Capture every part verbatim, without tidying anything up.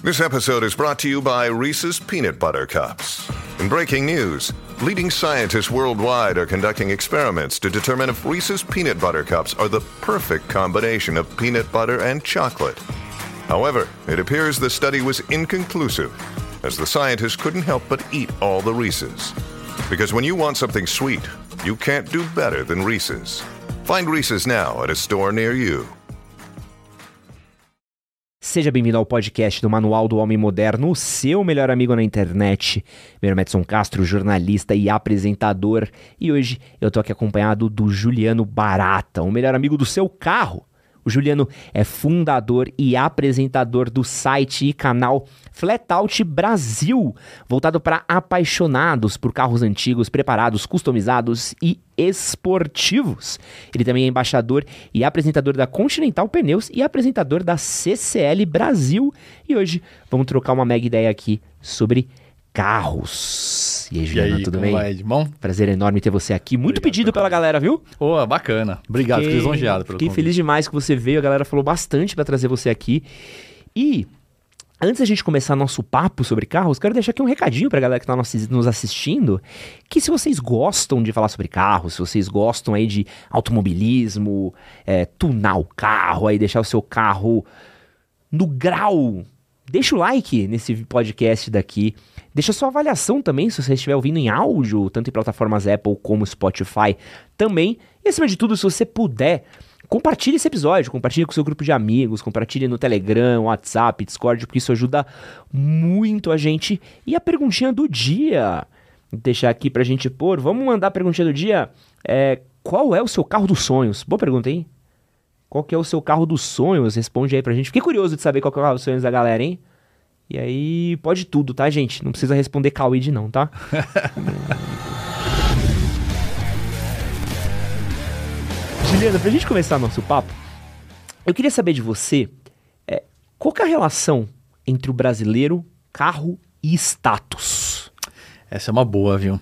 This episode is brought to you by Reese's Peanut Butter Cups. In breaking news, leading scientists worldwide are conducting experiments to determine if Reese's Peanut Butter Cups are the perfect combination of peanut butter and chocolate. However, it appears the study was inconclusive, as the scientists couldn't help but eat all the Reese's. Because when you want something sweet, you can't do better than Reese's. Find Reese's now at a store near you. Seja bem-vindo ao podcast do Manual do Homem Moderno, o seu melhor amigo na internet. Meu nome é Edson Castro, jornalista e apresentador. E hoje eu tô aqui acompanhado do Juliano Barata, o melhor amigo do seu carro. O Juliano é fundador e apresentador do site e canal Flatout Brasil, voltado para apaixonados por carros antigos, preparados, customizados e esportivos. Ele também é embaixador e apresentador da Continental Pneus e apresentador da C C L Brasil. E hoje vamos trocar uma mega ideia aqui sobre carros. E aí, Juliano, e aí, tudo como bem? vai, Edmond? Prazer enorme ter você aqui. Muito Obrigado pedido pela galera, viu? Pô, bacana. Obrigado, Fiquei, fiquei lisonjeado pelo Fiquei convite. feliz demais que você veio. A galera falou bastante pra trazer você aqui. E antes da gente começar nosso papo sobre carros, quero deixar aqui um recadinho pra galera que tá nos assistindo, que se vocês gostam de falar sobre carros, se vocês gostam aí de automobilismo, é, tunar o carro, aí deixar o seu carro no grau, deixa o like nesse podcast daqui. Deixa sua avaliação também, se você estiver ouvindo em áudio, tanto em plataformas Apple como Spotify também. E acima de tudo, se você puder, compartilhe esse episódio, compartilhe com o seu grupo de amigos, compartilhe no Telegram, WhatsApp, Discord, porque isso ajuda muito a gente. E a perguntinha do dia, vou deixar aqui pra gente pôr, vamos mandar a perguntinha do dia. É, qual é o seu carro dos sonhos? Boa pergunta, hein? Qual que é o seu carro dos sonhos? Responde aí pra gente. Fiquei curioso de saber qual que é o carro dos sonhos da galera, hein? E aí, pode tudo, tá, gente? Não precisa responder Cauid não, tá? Juliana, pra gente começar nosso papo, eu queria saber de você, é, qual que é a relação entre o brasileiro, carro e status? Essa é uma boa, viu?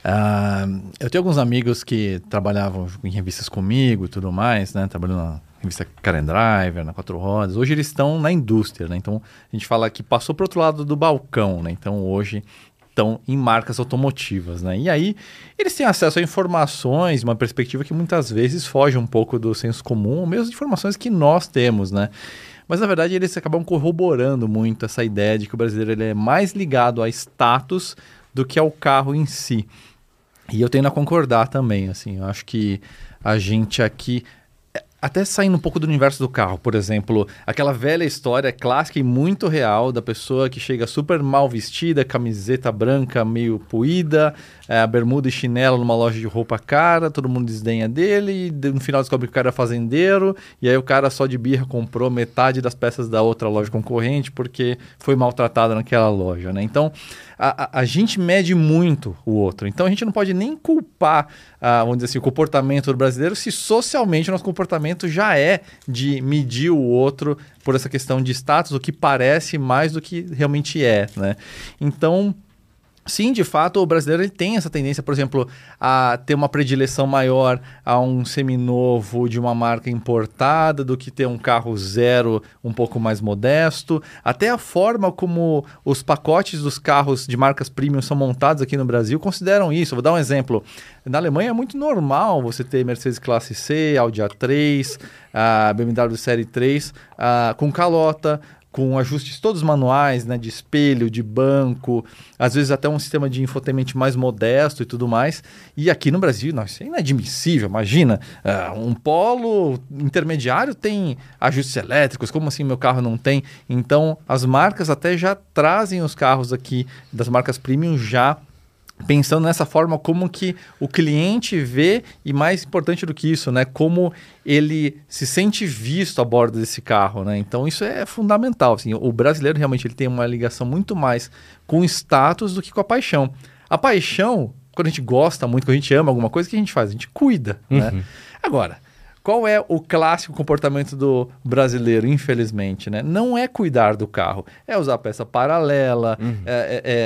Uh, eu tenho alguns amigos que trabalhavam em revistas comigo e tudo mais, né? Trabalhando na revista Car and Driver, na Quatro Rodas. Hoje eles estão na indústria, né? Então a gente fala que passou para o outro lado do balcão, né? Então hoje estão em marcas automotivas, né? E aí eles têm acesso a informações, uma perspectiva que muitas vezes foge um pouco do senso comum, ou mesmo de informações que nós temos, né? Mas na verdade eles acabam corroborando muito essa ideia de que o brasileiro ele é mais ligado a status do que ao carro em si. E eu tendo a concordar também, assim, eu acho que a gente aqui, até saindo um pouco do universo do carro, por exemplo, aquela velha história clássica e muito real da pessoa que chega super mal vestida, camiseta branca meio poída, é, bermuda e chinelo numa loja de roupa cara, todo mundo desdenha dele, e no final descobre que o cara é fazendeiro, e aí o cara só de birra comprou metade das peças da outra loja concorrente porque foi maltratado naquela loja, né? Então, a, a, a gente mede muito o outro, então a gente não pode nem culpar, ah, vamos dizer assim, o comportamento do brasileiro se socialmente o nosso comportamento já é de medir o outro por essa questão de status, o que parece mais do que realmente é, né? Então, sim, de fato, o brasileiro ele tem essa tendência, por exemplo, a ter uma predileção maior a um seminovo de uma marca importada do que ter um carro zero um pouco mais modesto. Até a forma como os pacotes dos carros de marcas premium são montados aqui no Brasil consideram isso. Vou dar um exemplo. Na Alemanha é muito normal você ter Mercedes Classe C, Audi A três, a B M W Série três a, com calota, com ajustes todos manuais, né, de espelho, de banco, às vezes até um sistema de infotainment mais modesto e tudo mais. E aqui no Brasil, não, isso é inadmissível, imagina, uh, um Polo intermediário tem ajustes elétricos, como assim meu carro não tem? Então, as marcas até já trazem os carros aqui das marcas premium já pensando nessa forma como que o cliente vê e, mais importante do que isso, né, como ele se sente visto a bordo desse carro, né? Então isso é fundamental. Assim, o brasileiro realmente ele tem uma ligação muito mais com o status do que com a paixão. A paixão, quando a gente gosta muito, quando a gente ama alguma coisa, o que a gente faz? A gente cuida, uhum. né? Agora, qual é o clássico comportamento do brasileiro, infelizmente, né? Não é cuidar do carro, é usar peça paralela, uhum. é, é, é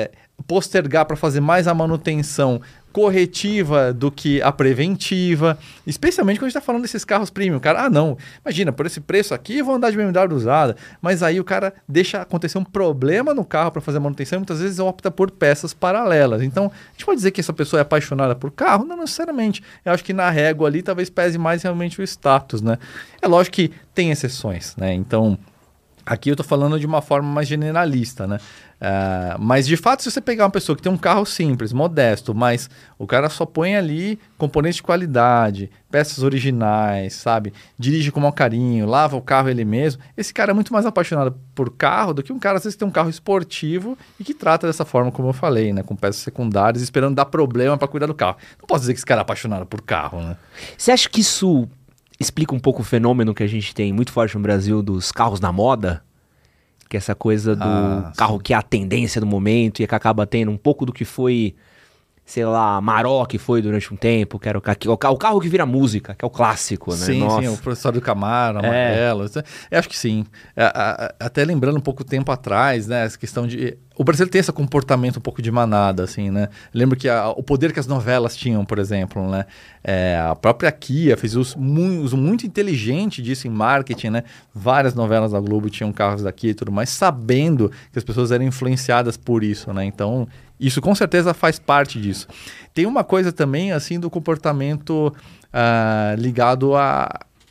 postergar para fazer mais a manutenção corretiva do que a preventiva, especialmente quando a gente está falando desses carros premium. O cara, ah não, imagina, por esse preço aqui eu vou andar de B M W usada, mas aí o cara deixa acontecer um problema no carro para fazer a manutenção e muitas vezes opta por peças paralelas. Então, a gente pode dizer que essa pessoa é apaixonada por carro? Não necessariamente. Eu acho que na régua ali talvez pese mais realmente o status, né? É lógico que tem exceções, né? Então, aqui eu estou falando de uma forma mais generalista, né? Uh, mas de fato, se você pegar uma pessoa que tem um carro simples, modesto, mas o cara só põe ali componentes de qualidade, peças originais, sabe? Dirige com maior carinho, lava o carro ele mesmo. Esse cara é muito mais apaixonado por carro do que um cara, às vezes, que tem um carro esportivo e que trata dessa forma, como eu falei, né? Com peças secundárias, esperando dar problema para cuidar do carro. Não posso dizer que esse cara é apaixonado por carro, né? Você acha que isso explica um pouco o fenômeno que a gente tem muito forte no Brasil dos carros na moda? Que é essa coisa do Ah, carro sim. que é a tendência do momento e que acaba tendo um pouco do que foi, sei lá, Amarok que foi durante um tempo, que era o, ca- o, ca- o carro que vira música, que é o clássico, né? Sim, Nossa. sim, o professor do Camaro, É. amarelo. Eu acho que sim. É, a- a- até lembrando um pouco tempo atrás, né? Essa questão de... O Brasil tem esse comportamento um pouco de manada, assim, né? Lembro que a- o poder que as novelas tinham, por exemplo, né? É, a própria Kia fez uso, mu- uso muito inteligente disso em marketing, né? Várias novelas da Globo tinham carros da Kia e tudo mais, sabendo que as pessoas eram influenciadas por isso, né? Então, isso com certeza faz parte disso. Tem uma coisa também, assim, do comportamento ah, ligado a...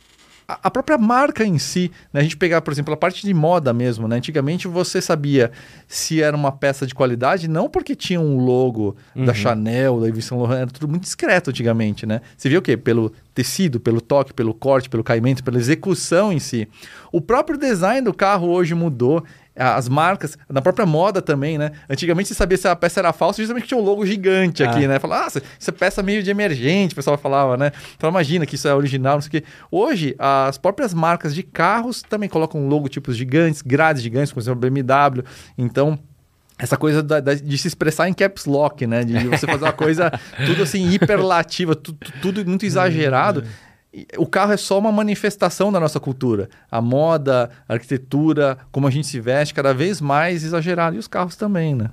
a a própria marca em si, né? A gente pegar, por exemplo, a parte de moda mesmo, né? Antigamente você sabia se era uma peça de qualidade, não porque tinha um logo da Chanel, da Yves Saint Laurent, era tudo muito discreto antigamente, né? Você via o quê? Pelo tecido, pelo toque, pelo corte, pelo caimento, pela execução em si. O próprio design do carro hoje mudou. As marcas, na própria moda também, né? Antigamente você sabia se a peça era falsa, justamente que tinha um logo gigante aqui, Ah. né? Falava, ah, isso é peça meio de emergente, o pessoal falava, né? Então imagina que isso é original, não sei o quê. Hoje, as próprias marcas de carros também colocam logotipos gigantes, grades gigantes, como por exemplo a B M W. Então, essa coisa da- da- de se expressar em caps lock, né? De, de você fazer uma coisa tudo assim, hiperlativa, tu- tu- tudo muito exagerado. E o carro é só uma manifestação da nossa cultura. A moda, a arquitetura, como a gente se veste, cada vez mais exagerado. E os carros também, né?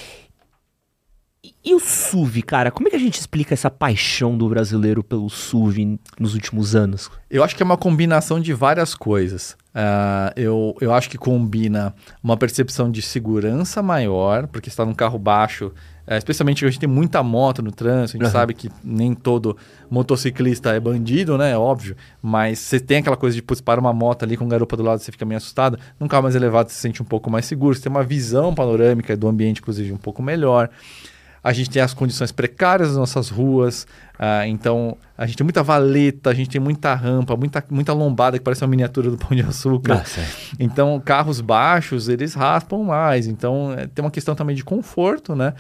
E, e o S U V, cara? Como é que a gente explica essa paixão do brasileiro pelo S U V nos últimos anos? Eu acho que é uma combinação de várias coisas. Ah, eu, eu acho que combina uma percepção de segurança maior, porque está num carro baixo, eh, especialmente hoje a gente tem muita moto no trânsito, a gente Uhum. sabe que nem todo motociclista é bandido, né? É óbvio, mas você tem aquela coisa de, putz, para uma moto ali com um garupa do lado, você fica meio assustado. Num carro mais elevado você se sente um pouco mais seguro, você tem uma visão panorâmica do ambiente, inclusive, um pouco melhor. A gente tem as condições precárias das nossas ruas, ah, então a gente tem muita valeta, a gente tem muita rampa, muita, muita lombada que parece uma miniatura do Pão de Açúcar. Então, carros baixos, eles raspam mais. Então, é, tem uma questão também de conforto, né?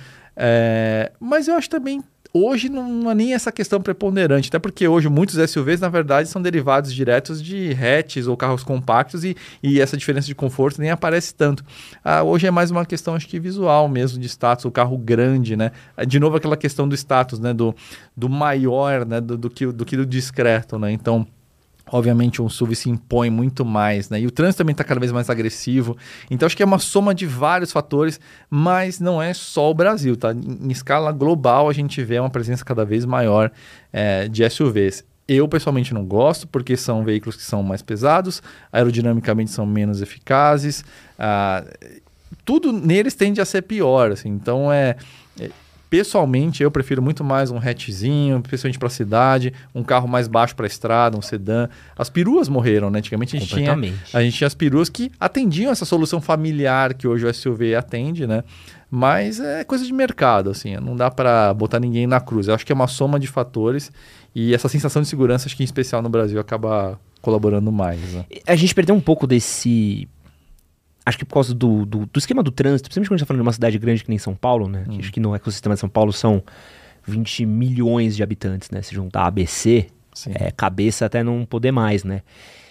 É, mas eu acho também, hoje não é nem essa questão preponderante, até porque hoje muitos S U Vs, na verdade, são derivados diretos de hatches ou carros compactos e, e essa diferença de conforto nem aparece tanto. Ah, hoje é mais uma questão, acho que visual mesmo, de status, o carro grande, né? De novo, aquela questão do status, né? Do, do maior, né? Do, do, que, do que do discreto, né? Então, obviamente, um S U V se impõe muito mais, né? E o trânsito também está cada vez mais agressivo. Então, acho que é uma soma de vários fatores, mas não é só o Brasil, tá? Em, em escala global, a gente vê uma presença cada vez maior é, de S U Vs. Eu, pessoalmente, não gosto, porque são veículos que são mais pesados, aerodinamicamente são menos eficazes, ah, tudo neles tende a ser pior, assim. Então, é... é pessoalmente, eu prefiro muito mais um hatchzinho, principalmente para a cidade, um carro mais baixo para a estrada, um sedã. As peruas morreram, né? Antigamente a gente, tinha, a gente tinha as peruas que atendiam essa solução familiar que hoje o S U V atende, né? Mas é coisa de mercado, assim, não dá para botar ninguém na cruz. Eu acho que é uma soma de fatores e essa sensação de segurança, acho que em especial no Brasil, acaba colaborando mais, né? A gente perdeu um pouco desse... Acho que por causa do, do, do esquema do trânsito, principalmente quando a gente tá falando de uma cidade grande que nem São Paulo, né? Hum. Que acho que no ecossistema de São Paulo são vinte milhões de habitantes, né? Se juntar A B C, Sim. é cabeça até não poder mais, né?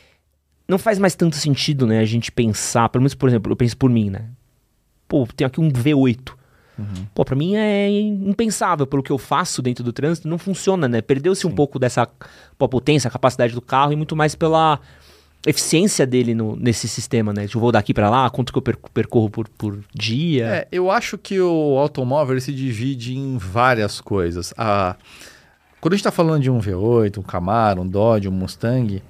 Não faz mais tanto sentido, né? A gente pensar, pelo menos, por exemplo, eu penso por mim, né? Pô, tenho aqui um V oito. Uhum. Pô, pra mim é impensável pelo que eu faço dentro do trânsito, não funciona, né? Perdeu-se um pouco dessa pô, potência, a capacidade do carro e muito mais pela... eficiência dele no, nesse sistema, né? Eu vou daqui para lá, quanto que eu perco, percorro por, por dia. É, eu acho que o automóvel ele se divide em várias coisas. A... Quando a gente está falando de um V oito, um Camaro, um Dodge, um Mustang,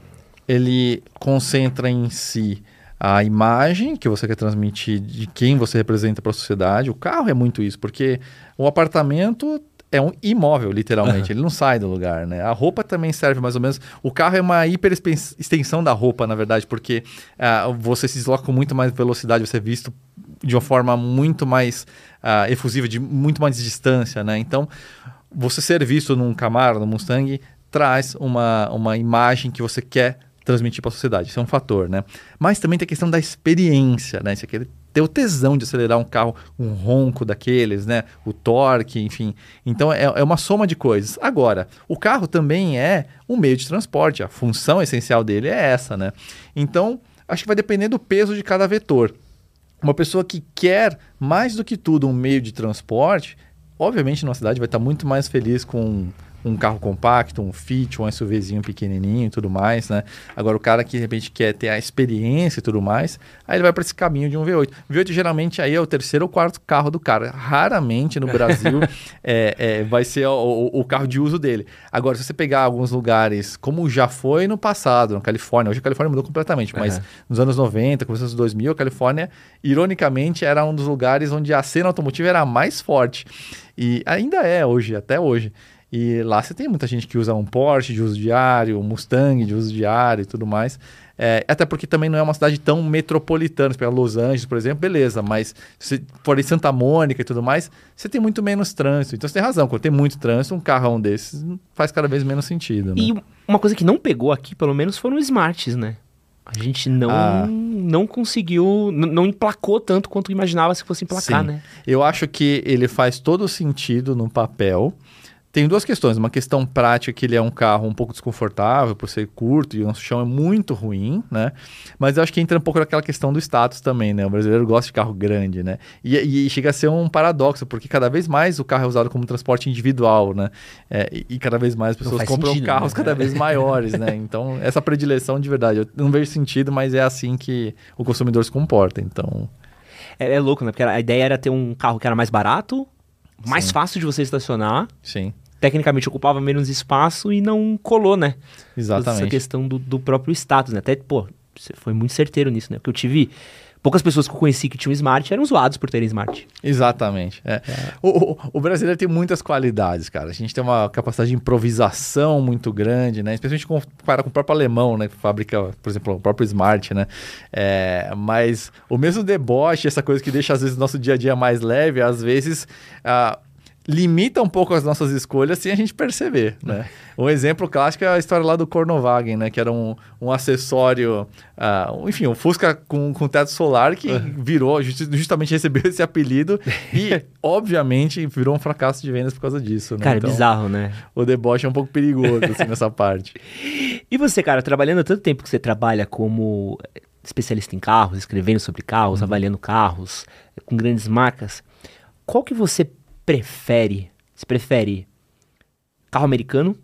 ele concentra em si a imagem que você quer transmitir de quem você representa para a sociedade. O carro é muito isso, porque o apartamento é um imóvel, literalmente. Uhum. Ele não sai do lugar, né? A roupa também serve mais ou menos. O carro é uma hiper extensão da roupa, na verdade, porque uh, você se desloca com muito mais velocidade, você é visto de uma forma muito mais uh, efusiva, de muito mais distância, né? Então, você ser visto num Camaro, num Mustang, traz uma, uma imagem que você quer transmitir para a sociedade. Isso é um fator, né? Mas também tem a questão da experiência, né? Você quer ter o tesão de acelerar um carro, um ronco daqueles, né? O torque, enfim. Então, é, é uma soma de coisas. Agora, o carro também é um meio de transporte. A função essencial dele é essa, né? Então, acho que vai depender do peso de cada vetor. Uma pessoa que quer, mais do que tudo, um meio de transporte, obviamente, na cidade vai estar muito mais feliz com um carro compacto, um Fit, um SUVzinho pequenininho e tudo mais, né? Agora, o cara que, de repente, quer ter a experiência e tudo mais, aí ele vai para esse caminho de um V oito. V oito, geralmente, aí é o terceiro ou quarto carro do cara. Raramente, no Brasil, é, é, vai ser o, o, o carro de uso dele. Agora, se você pegar alguns lugares, como já foi no passado, na Califórnia, hoje a Califórnia mudou completamente, mas uhum. nos anos noventa, começando nos dois mil, a Califórnia, ironicamente, era um dos lugares onde a cena automotiva era mais forte. E ainda é hoje, até hoje. E lá você tem muita gente que usa um Porsche de uso diário, um Mustang de uso diário e tudo mais. É, até porque também não é uma cidade tão metropolitana. Se pegar Los Angeles, por exemplo, beleza. Mas se for em Santa Mônica e tudo mais, você tem muito menos trânsito. Então você tem razão. Quando tem muito trânsito, um carrão desses faz cada vez menos sentido. Né? E uma coisa que não pegou aqui, pelo menos, foram os Smarts, né? A gente não, ah. não conseguiu, n- não emplacou tanto quanto imaginava se fosse emplacar, Sim. né? Eu acho que ele faz todo sentido no papel. Tem duas questões. Uma questão prática, que ele é um carro um pouco desconfortável por ser curto e o nosso chão é muito ruim, né? Mas eu acho que entra um pouco naquela questão do status também, né? O brasileiro gosta de carro grande, né? E, e chega a ser um paradoxo, porque cada vez mais o carro é usado como transporte individual, né? É, e, e cada vez mais as pessoas compram sentido, carros né? cada vez maiores, né? Então, essa predileção de verdade, eu não vejo sentido, mas é assim que o consumidor se comporta, então... É, é louco, né? Porque a ideia era ter um carro que era mais barato, mais Sim. fácil de você estacionar. Sim. Tecnicamente ocupava menos espaço e não colou, né? Exatamente. Essa questão do, do próprio status, né? Até, pô, você foi muito certeiro nisso, né? Porque eu tive... Poucas pessoas que eu conheci que tinham Smart eram zoados por terem Smart. Exatamente. É. É. O, o, o brasileiro tem muitas qualidades, cara. A gente tem uma capacidade de improvisação muito grande, né? Especialmente compara com o próprio alemão, né? Que fabrica, por exemplo, o próprio Smart, né? É, mas o mesmo deboche, essa coisa que deixa, às vezes, o nosso dia a dia mais leve, às vezes... Uh, limita um pouco as nossas escolhas sem a gente perceber, né? Um exemplo clássico é a história lá do Cornowagen, né? Que era um, um acessório, uh, enfim, um Fusca com, com teto solar que virou, just, justamente recebeu esse apelido e, obviamente, virou um fracasso de vendas por causa disso, né? Cara, então, é bizarro, né? O deboche é um pouco perigoso, assim, nessa parte. E você, cara, trabalhando há tanto tempo que você trabalha como especialista em carros, escrevendo sobre carros, uhum. avaliando carros, com grandes marcas, qual que você prefere? Você prefere carro americano,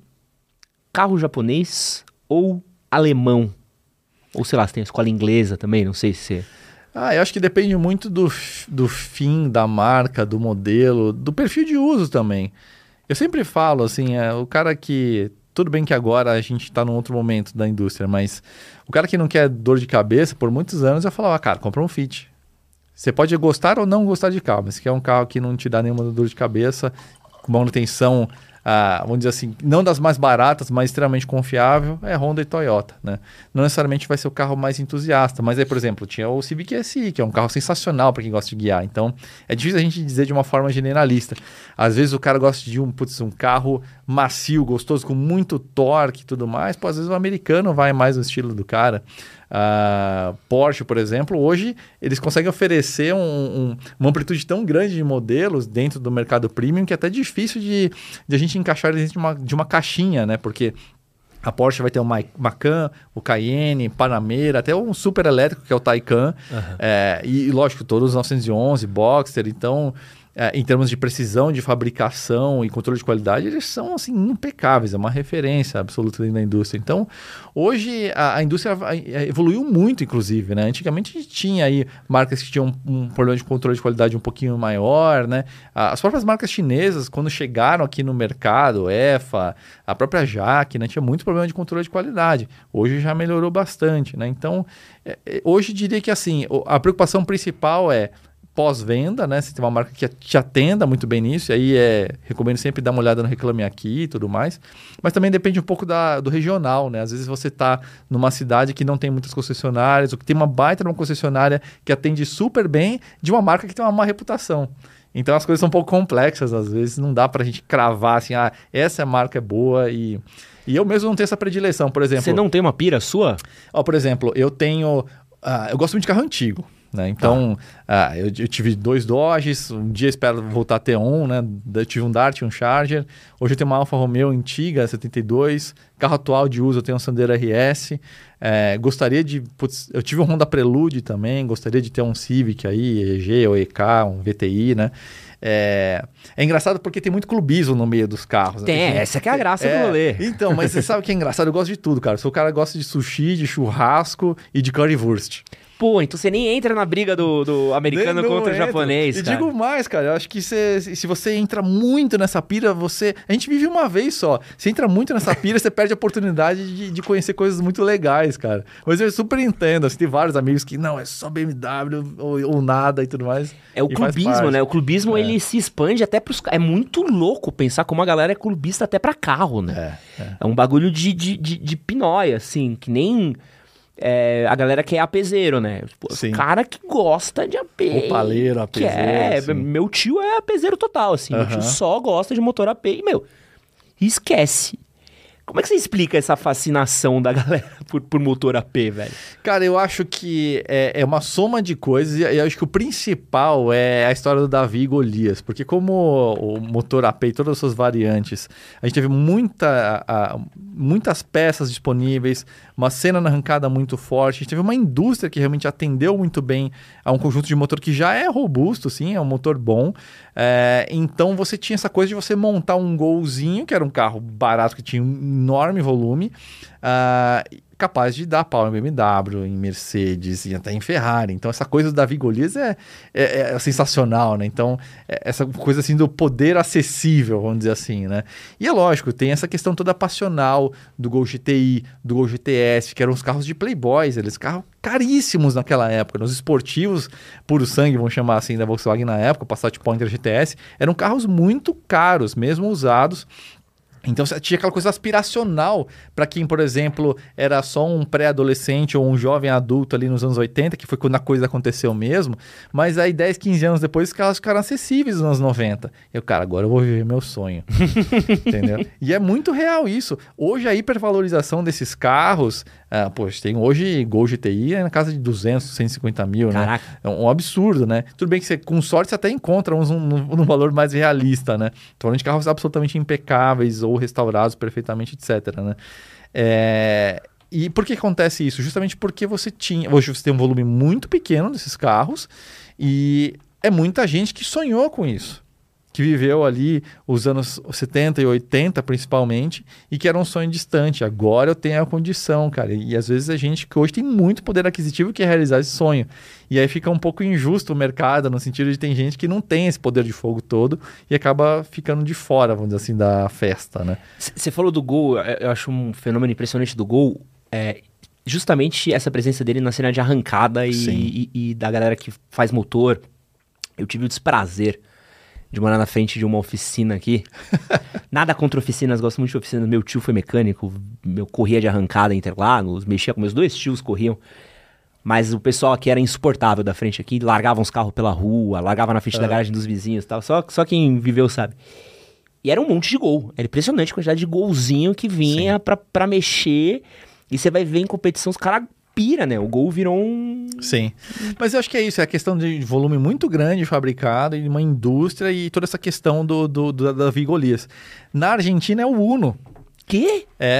carro japonês ou alemão? Ou sei lá, você tem a escola inglesa também, não sei se você... Ah, eu acho que depende muito do, do fim da marca, do modelo, do perfil de uso também. Eu sempre falo, assim, é, o cara que... Tudo bem que agora a gente está num outro momento da indústria, mas o cara que não quer dor de cabeça, por muitos anos, eu falava, ah, cara, compra um Fit. Você pode gostar ou não gostar de carro, mas se quer um carro que não te dá nenhuma dor de cabeça, com manutenção, ah, vamos dizer assim, não das mais baratas, mas extremamente confiável, é Honda e Toyota, né? Não necessariamente vai ser o carro mais entusiasta, mas aí, por exemplo, tinha o Civic S I, que é um carro sensacional para quem gosta de guiar. Então, é difícil a gente dizer de uma forma generalista. Às vezes o cara gosta de um, putz, um carro macio, gostoso, com muito torque e tudo mais. Pô, às vezes o americano vai mais no estilo do cara. Uh, Porsche, por exemplo, hoje eles conseguem oferecer um, um, uma amplitude tão grande de modelos dentro do mercado premium que é até difícil de, de a gente encaixar eles dentro de uma, de uma caixinha, né? Porque a Porsche vai ter o Macan, o Cayenne, Panamera, até um super elétrico que é o Taycan. Uhum. É, e, lógico, todos os novecentos e onze, Boxster. Então, é, em termos de precisão de fabricação e controle de qualidade, eles são assim, impecáveis, é uma referência absoluta dentro da indústria. Então, hoje a, a indústria evoluiu muito, inclusive, né? Antigamente a gente tinha aí marcas que tinham um, um problema de controle de qualidade um pouquinho maior, né? As próprias marcas chinesas, quando chegaram aqui no mercado, E F A, a própria Jaque, né? Tinha muito problema de controle de qualidade. Hoje já melhorou bastante, né? Então, é, hoje diria que assim, a preocupação principal é pós-venda, né? Você tem uma marca que te atenda muito bem nisso, e aí é, recomendo sempre dar uma olhada no Reclame Aqui e tudo mais. Mas também depende um pouco da, do regional, né? Às vezes você está numa cidade que não tem muitas concessionárias, ou que tem uma baita numa concessionária que atende super bem de uma marca que tem uma má reputação. Então as coisas são um pouco complexas, às vezes não dá pra gente cravar assim, ah, essa marca é boa e... E eu mesmo não tenho essa predileção, por exemplo... Você não tem uma pira sua? Ó, por exemplo, eu tenho... Uh, eu gosto muito de carro antigo. Né? Então, ah. uh, eu, eu tive dois Dodges, um dia espero voltar a ter um, né? Eu tive um Dart e um Charger. Hoje eu tenho uma Alfa Romeo antiga, setenta e dois. Carro atual de uso, eu tenho um Sandero R S. É, gostaria de... Putz, eu tive um Honda Prelude também, gostaria de ter um Civic aí, E G ou E K, um V T I, né? É, é engraçado porque tem muito clubismo no meio dos carros. Tem, né? essa que é a graça é, do rolê. Então, mas você sabe o que é engraçado? Eu gosto de tudo, cara. Sou o cara que gosta de sushi, de churrasco e de currywurst. Pô, então você nem entra na briga do, do americano não contra entra. o japonês, e cara. E digo mais, cara, eu acho que cê, se você entra muito nessa pira, você... A gente vive uma vez só. Você entra muito nessa pira, você perde a oportunidade de, de conhecer coisas muito legais, cara. Mas eu super entendo, assim, tem vários amigos que, não, é só B M W ou, ou nada e tudo mais. É o clubismo, né? O clubismo, é. ele se expande até pros... É muito louco pensar como a galera é clubista até pra carro, né? É, é. é um bagulho de, de, de, de pinóia, assim, que nem... É, a galera que é apezeiro, né? Pô, o cara que gosta de A P. Opaleiro, apezeiro. É, sim. Meu tio é apezeiro total, assim. Uhum. Meu tio só gosta de motor A P. E, meu, esquece. Como é que você explica essa fascinação da galera por, por motor A P, velho? Cara, eu acho que é, é uma soma de coisas e eu acho que o principal é a história do Davi e Golias. Porque como o, o motor A P e todas as suas variantes, a gente teve muita, a, a, muitas peças disponíveis, uma cena na arrancada muito forte, a gente teve uma indústria que realmente atendeu muito bem a um conjunto de motor que já é robusto, sim, é um motor bom. É, então você tinha essa coisa de você montar um Golzinho, que era um carro barato que tinha um enorme volume, uh, capaz de dar pau em B M W, em Mercedes e até em Ferrari. Então essa coisa do Davi Golias é, é, é sensacional, né? Então é essa coisa assim do poder acessível, vamos dizer assim, né? E é lógico, tem essa questão toda passional do Gol G T I, do Gol G T S, que eram os carros de playboys, eles carros caríssimos naquela época. Nos esportivos, puro sangue, vamos chamar assim, da Volkswagen na época, o Passat Pointer G T S, eram carros muito caros, mesmo usados. Então tinha aquela coisa aspiracional para quem, por exemplo, era só um pré-adolescente ou um jovem adulto ali nos anos oitenta, que foi quando a coisa aconteceu mesmo, mas aí dez, quinze anos depois os carros ficaram acessíveis nos anos noventa. Eu, cara, agora eu vou viver meu sonho. Entendeu? E é muito real isso. Hoje a hipervalorização desses carros, ah, poxa, tem hoje Gol G T I é na casa de duzentos, cento e cinquenta mil, Caraca. Né? É um absurdo, né? Tudo bem que você, com sorte você até encontra uns num, num valor mais realista, né? Tô falando de carros absolutamente impecáveis ou restaurados perfeitamente, etcétera, né? É... E por que acontece isso? Justamente porque você tinha... Hoje você tem um volume muito pequeno desses carros e é muita gente que sonhou com isso. Que viveu ali os anos setenta e oitenta, principalmente, e que era um sonho distante. Agora eu tenho a condição, cara. E às vezes a gente que hoje tem muito poder aquisitivo que quer realizar esse sonho. E aí fica um pouco injusto o mercado, no sentido de tem gente que não tem esse poder de fogo todo e acaba ficando de fora, vamos dizer assim, da festa, né? Você falou do Gol, eu acho um fenômeno impressionante do Gol, é justamente essa presença dele na cena de arrancada e, e, e da galera que faz motor. Eu tive o desprazer de morar na frente de uma oficina aqui. Nada contra oficinas, gosto muito de oficinas. Meu tio foi mecânico, meu corria de arrancada em Interlagos, mexia com meus dois tios, corriam. Mas o pessoal aqui era insuportável da frente aqui, largava uns carros pela rua, largava na frente é. da garagem dos vizinhos e tal. Só, só quem viveu sabe. E era um monte de Gol. Era impressionante a quantidade de golzinho que vinha pra, pra mexer. E você vai ver em competição, os caras pira, né? O Gol virou um... Sim. Mas eu acho que é isso, é a questão de volume muito grande fabricado e uma indústria e toda essa questão do, do, do Davi Golias. Na Argentina é o Uno. Quê? É.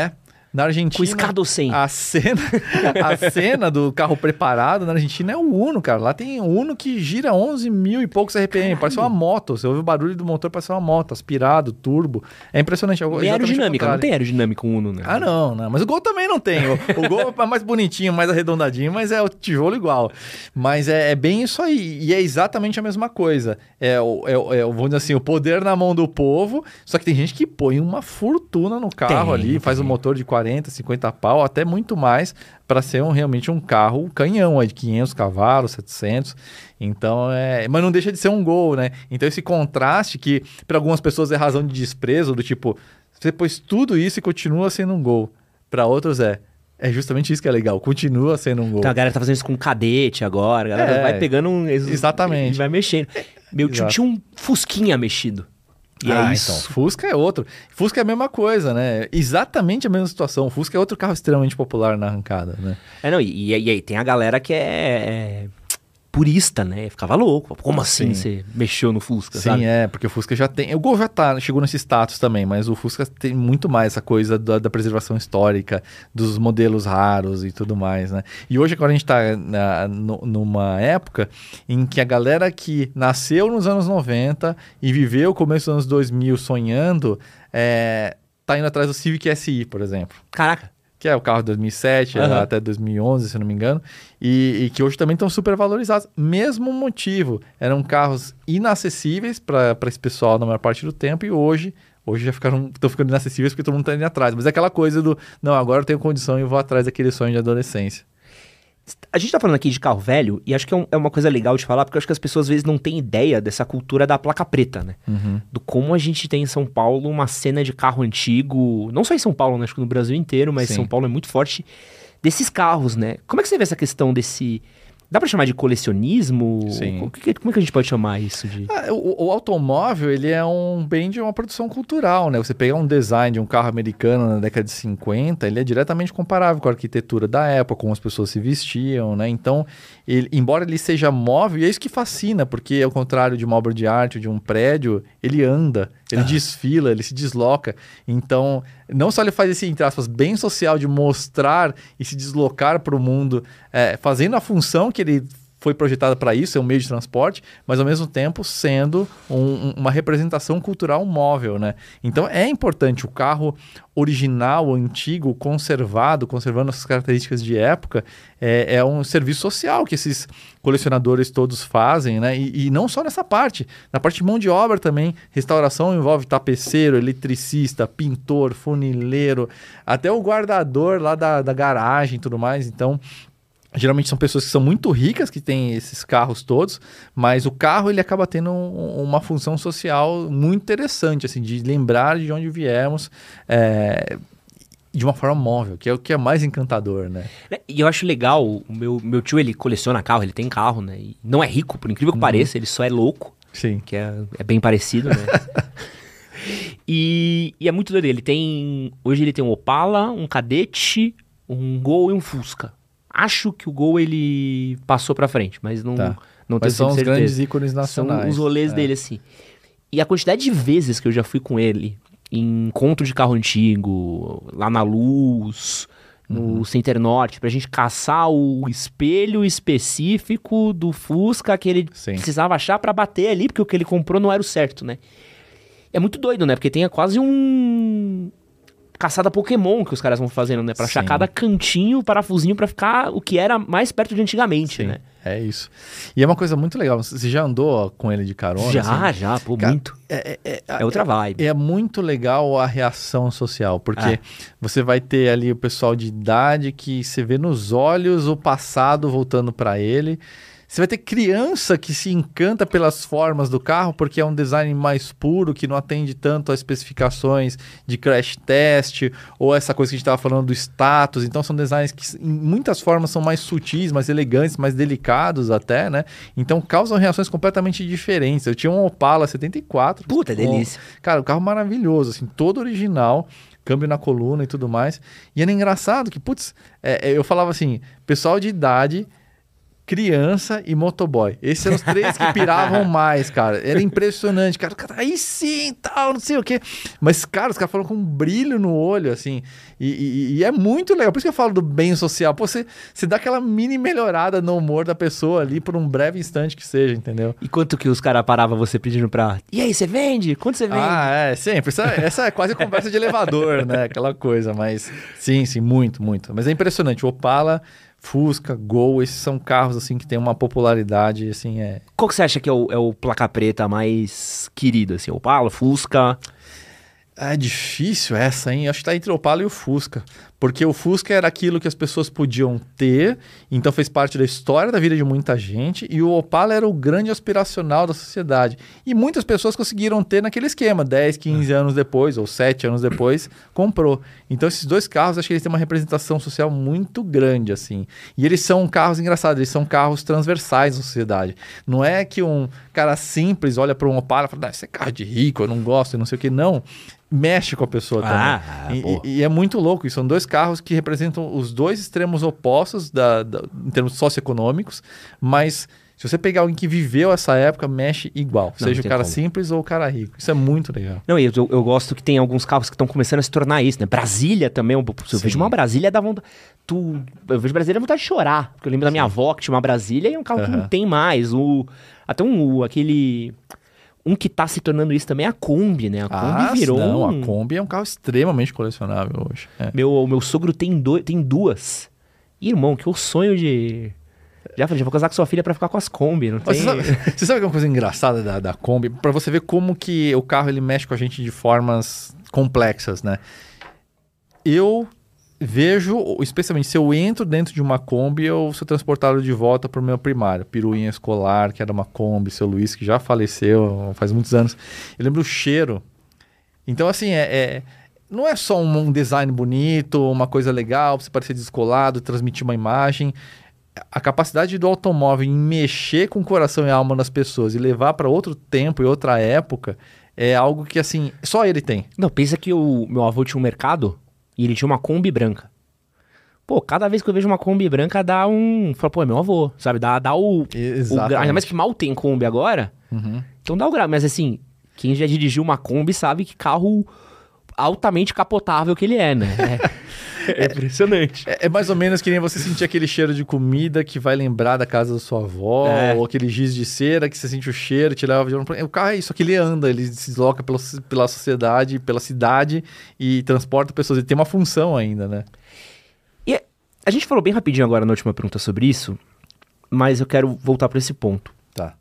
Na Argentina, Com escada ou sem? a cena, a cena do carro preparado na Argentina é o Uno, cara. Lá tem um Uno que gira onze mil e poucos R P M. Caralho. Parece uma moto. Você ouve o barulho do motor, parece uma moto. Aspirado, turbo. É impressionante. E aerodinâmica, não tem aerodinâmica o Uno, né? Ah, não, não. Mas o Gol também não tem. O, o Gol é mais bonitinho, mais arredondadinho, mas é o tijolo igual. Mas é, é bem isso aí. E é exatamente a mesma coisa. É, o, é, é, vamos dizer assim, o poder na mão do povo. Só que tem gente que põe uma fortuna no carro tem, ali, tem. Faz um motor de quarenta, cinquenta pau, até muito mais, para ser um, realmente um carro canhão, aí, de quinhentos cavalos, setecentos. Então, é... mas não deixa de ser um Gol, né? Então, esse contraste que, para algumas pessoas, é razão de desprezo, do tipo, você pôs tudo isso e continua sendo um Gol. Para outros, é. É justamente isso que é legal, continua sendo um Gol. Então, a galera tá fazendo isso com cadete agora, a galera é, vai pegando um... Exatamente. E vai mexendo. Meu tio tinha um Fusquinha mexido. E ah, é isso. Então, Fusca é outro. Fusca é a mesma coisa, né? Exatamente a mesma situação. O Fusca é outro carro extremamente popular na arrancada, né? É, não, e, e aí tem a galera que é, é purista, né? Ficava louco. Como assim Sim. você mexeu no Fusca, Sim, sabe? é, porque o Fusca já tem... O Gol já tá, chegou nesse status também, mas o Fusca tem muito mais essa coisa da, da preservação histórica, dos modelos raros e tudo mais, né? E hoje, agora a gente tá na, no, numa época em que a galera que nasceu nos anos noventa e viveu o começo dos anos dois mil sonhando, é, tá indo atrás do Civic S I, por exemplo. Caraca! Que é o carro de dois mil e sete, uhum. até dois mil e onze, se não me engano, e, e que hoje também estão super valorizados. Mesmo motivo, eram carros inacessíveis para esse pessoal na maior parte do tempo, e hoje, hoje já ficaram, estão ficando inacessíveis porque todo mundo está indo atrás. Mas é aquela coisa do, não, agora eu tenho condição e vou atrás daquele sonho de adolescência. A gente tá falando aqui de carro velho, e acho que é, um, é uma coisa legal de falar, porque eu acho que as pessoas às vezes não têm ideia dessa cultura da placa preta, né? Uhum. Do como a gente tem em São Paulo uma cena de carro antigo, não só em São Paulo, né? Acho que no Brasil inteiro, mas Sim. São Paulo é muito forte, desses carros, né? Como é que você vê essa questão desse... Dá pra chamar de colecionismo? Sim. Como que, como é que a gente pode chamar isso de... Ah, o, o automóvel, ele é um bem de uma produção cultural, né? Você pegar um design de um carro americano na década de cinquenta, ele é diretamente comparável com a arquitetura da época, como as pessoas se vestiam, né? Então, ele, embora ele seja móvel, e é isso que fascina, porque ao contrário de uma obra de arte ou de um prédio, ele anda, ele ah. desfila, ele se desloca. Então, não só ele faz esse, entre aspas, bem social de mostrar e se deslocar para o mundo, é, fazendo a função que ele foi projetado para isso, é um meio de transporte, mas ao mesmo tempo sendo um, uma representação cultural móvel, né? Então é importante o carro original, antigo, conservado, conservando essas características de época, é, é um serviço social que esses colecionadores todos fazem, né? E, e não só nessa parte, na parte de mão de obra também, restauração envolve tapeceiro, eletricista, pintor, funileiro, até o guardador lá da, da garagem e tudo mais, então... Geralmente são pessoas que são muito ricas, que têm esses carros todos, mas o carro ele acaba tendo um, uma função social muito interessante, assim, de lembrar de onde viemos é, de uma forma móvel, que é o que é mais encantador, né? E eu acho legal, o meu, meu tio ele coleciona carro, ele tem carro, né? E não é rico, por incrível que uhum. pareça, ele só é louco. Sim. Que é, é bem parecido, né? e, e é muito doido, ele tem... Hoje ele tem um Opala, um Cadete, um Gol e um Fusca. Acho que o Gol ele passou pra frente, mas não, tá. não mas tenho são certeza. São os grandes ícones nacionais. São os rolês é. dele, assim. E a quantidade de vezes que eu já fui com ele em encontro de carro antigo, lá na Luz, no uhum. Center Norte, pra gente caçar o espelho específico do Fusca que ele Sim. precisava achar pra bater ali, porque o que ele comprou não era o certo, né? É muito doido, né? Porque tem quase um... caçada Pokémon que os caras vão fazendo, né? Pra achar cada cantinho, parafusinho, pra ficar o que era mais perto de antigamente, Sim, né? É isso. E é uma coisa muito legal. Você já andou com ele de carona? Já, assim? já, pô, Cara, muito. É, é, é, é outra vibe. É muito legal a reação social, porque ah. você vai ter ali o pessoal de idade que você vê nos olhos o passado voltando pra ele. Você vai ter criança que se encanta pelas formas do carro, porque é um design mais puro, que não atende tanto às especificações de crash test, ou essa coisa que a gente estava falando do status. Então são designs que em muitas formas são mais sutis, mais elegantes, mais delicados até, né? Então causam reações completamente diferentes. Eu tinha um Opala setenta e quatro. Puta, com... delícia. Cara, o carro maravilhoso, assim, todo original, câmbio na coluna e tudo mais. E era engraçado que, putz, é, eu falava assim, pessoal de idade... criança e motoboy. Esses eram os três que piravam mais, cara. Era impressionante, cara. Aí sim, tal, não sei o quê. Mas, cara, os caras falam com um brilho no olho, assim. E, e, e é muito legal. Por isso que eu falo do bem social. Pô, você, você dá aquela mini melhorada no humor da pessoa ali por um breve instante que seja, entendeu? E quanto que os caras paravam você pedindo pra... E aí, você vende? Quanto você vende? Ah, é, sempre. Essa, essa é quase conversa de elevador, né? Aquela coisa, mas... Sim, sim, muito, muito. Mas é impressionante. O Opala... Fusca, Gol, esses são carros assim que tem uma popularidade, assim, é... Qual que você acha que é o, é o placa preta mais querido, assim? Opala, Fusca? É difícil essa, hein? Acho que tá entre o Opala e o Fusca. Porque o Fusca era aquilo que as pessoas podiam ter, então fez parte da história da vida de muita gente, e o Opala era o grande aspiracional da sociedade. E muitas pessoas conseguiram ter naquele esquema, dez, quinze anos depois, ou sete anos depois, comprou. Então esses dois carros, acho que eles têm uma representação social muito grande, assim. E eles são carros engraçados, eles são carros transversais na sociedade. Não é que um cara simples olha para um Opala e fala, ah, esse é carro de rico, eu não gosto, eu não sei o que. Não. Mexe com a pessoa também. Ah, e, e é muito louco. E são dois carros que representam os dois extremos opostos da, da, em termos socioeconômicos, mas se você pegar alguém que viveu essa época, mexe igual. Não, seja não o cara como. simples ou o cara rico. Isso é muito legal. Não, eu, eu, eu gosto que tem alguns carros que estão começando a se tornar isso, né? Brasília também, eu, eu vejo uma Brasília, dá vontade... Tu, eu vejo Brasília, dá vontade de chorar. Porque eu lembro da minha avó que tinha uma Brasília e é um carro Uhum. que não tem mais. O, até um, aquele... Um que tá se tornando isso também é a Kombi, né? A Kombi Ah, virou não, um... a Kombi é um carro extremamente colecionável hoje. É. Meu, o meu sogro tem, do... tem duas. Irmão, que o sonho de... Já falei, já vou casar com sua filha pra ficar com as Kombi, não tem... Você sabe, você sabe que é uma coisa engraçada da, da Kombi? Pra você ver como que o carro ele mexe com a gente de formas complexas, né? Eu vejo, especialmente se eu entro dentro de uma Kombi, eu sou transportado de volta para o meu primário. Piruinha escolar, que era uma Kombi, seu Luiz, que já faleceu faz muitos anos. Eu lembro o cheiro. Então, assim, é, é, não é só um, um design bonito, uma coisa legal, pra você parecer descolado, transmitir uma imagem. A capacidade do automóvel em mexer com o coração e a alma das pessoas e levar para outro tempo e outra época é algo que, assim, só ele tem. Não, pensa que o meu avô tinha um mercado e ele tinha uma Kombi branca. Pô, cada vez que eu vejo uma Kombi branca dá um... Fala, pô, é meu avô, sabe? Dá, dá o... Exatamente. o gra... Ainda mais que mal tem Kombi agora. Uhum. Então dá o grau. Mas assim, quem já dirigiu uma Kombi sabe que carro altamente capotável que ele é, né? É, é impressionante. É, é mais ou menos que nem você sentir aquele cheiro de comida que vai lembrar da casa da sua avó, É. ou aquele giz de cera que você sente o cheiro, te leva de um... O carro é isso, que ele anda, ele se desloca pela, pela sociedade, pela cidade e transporta pessoas. Ele tem uma função ainda, né? E a gente falou bem rapidinho agora na última pergunta sobre isso, mas eu quero voltar para esse ponto. Tá.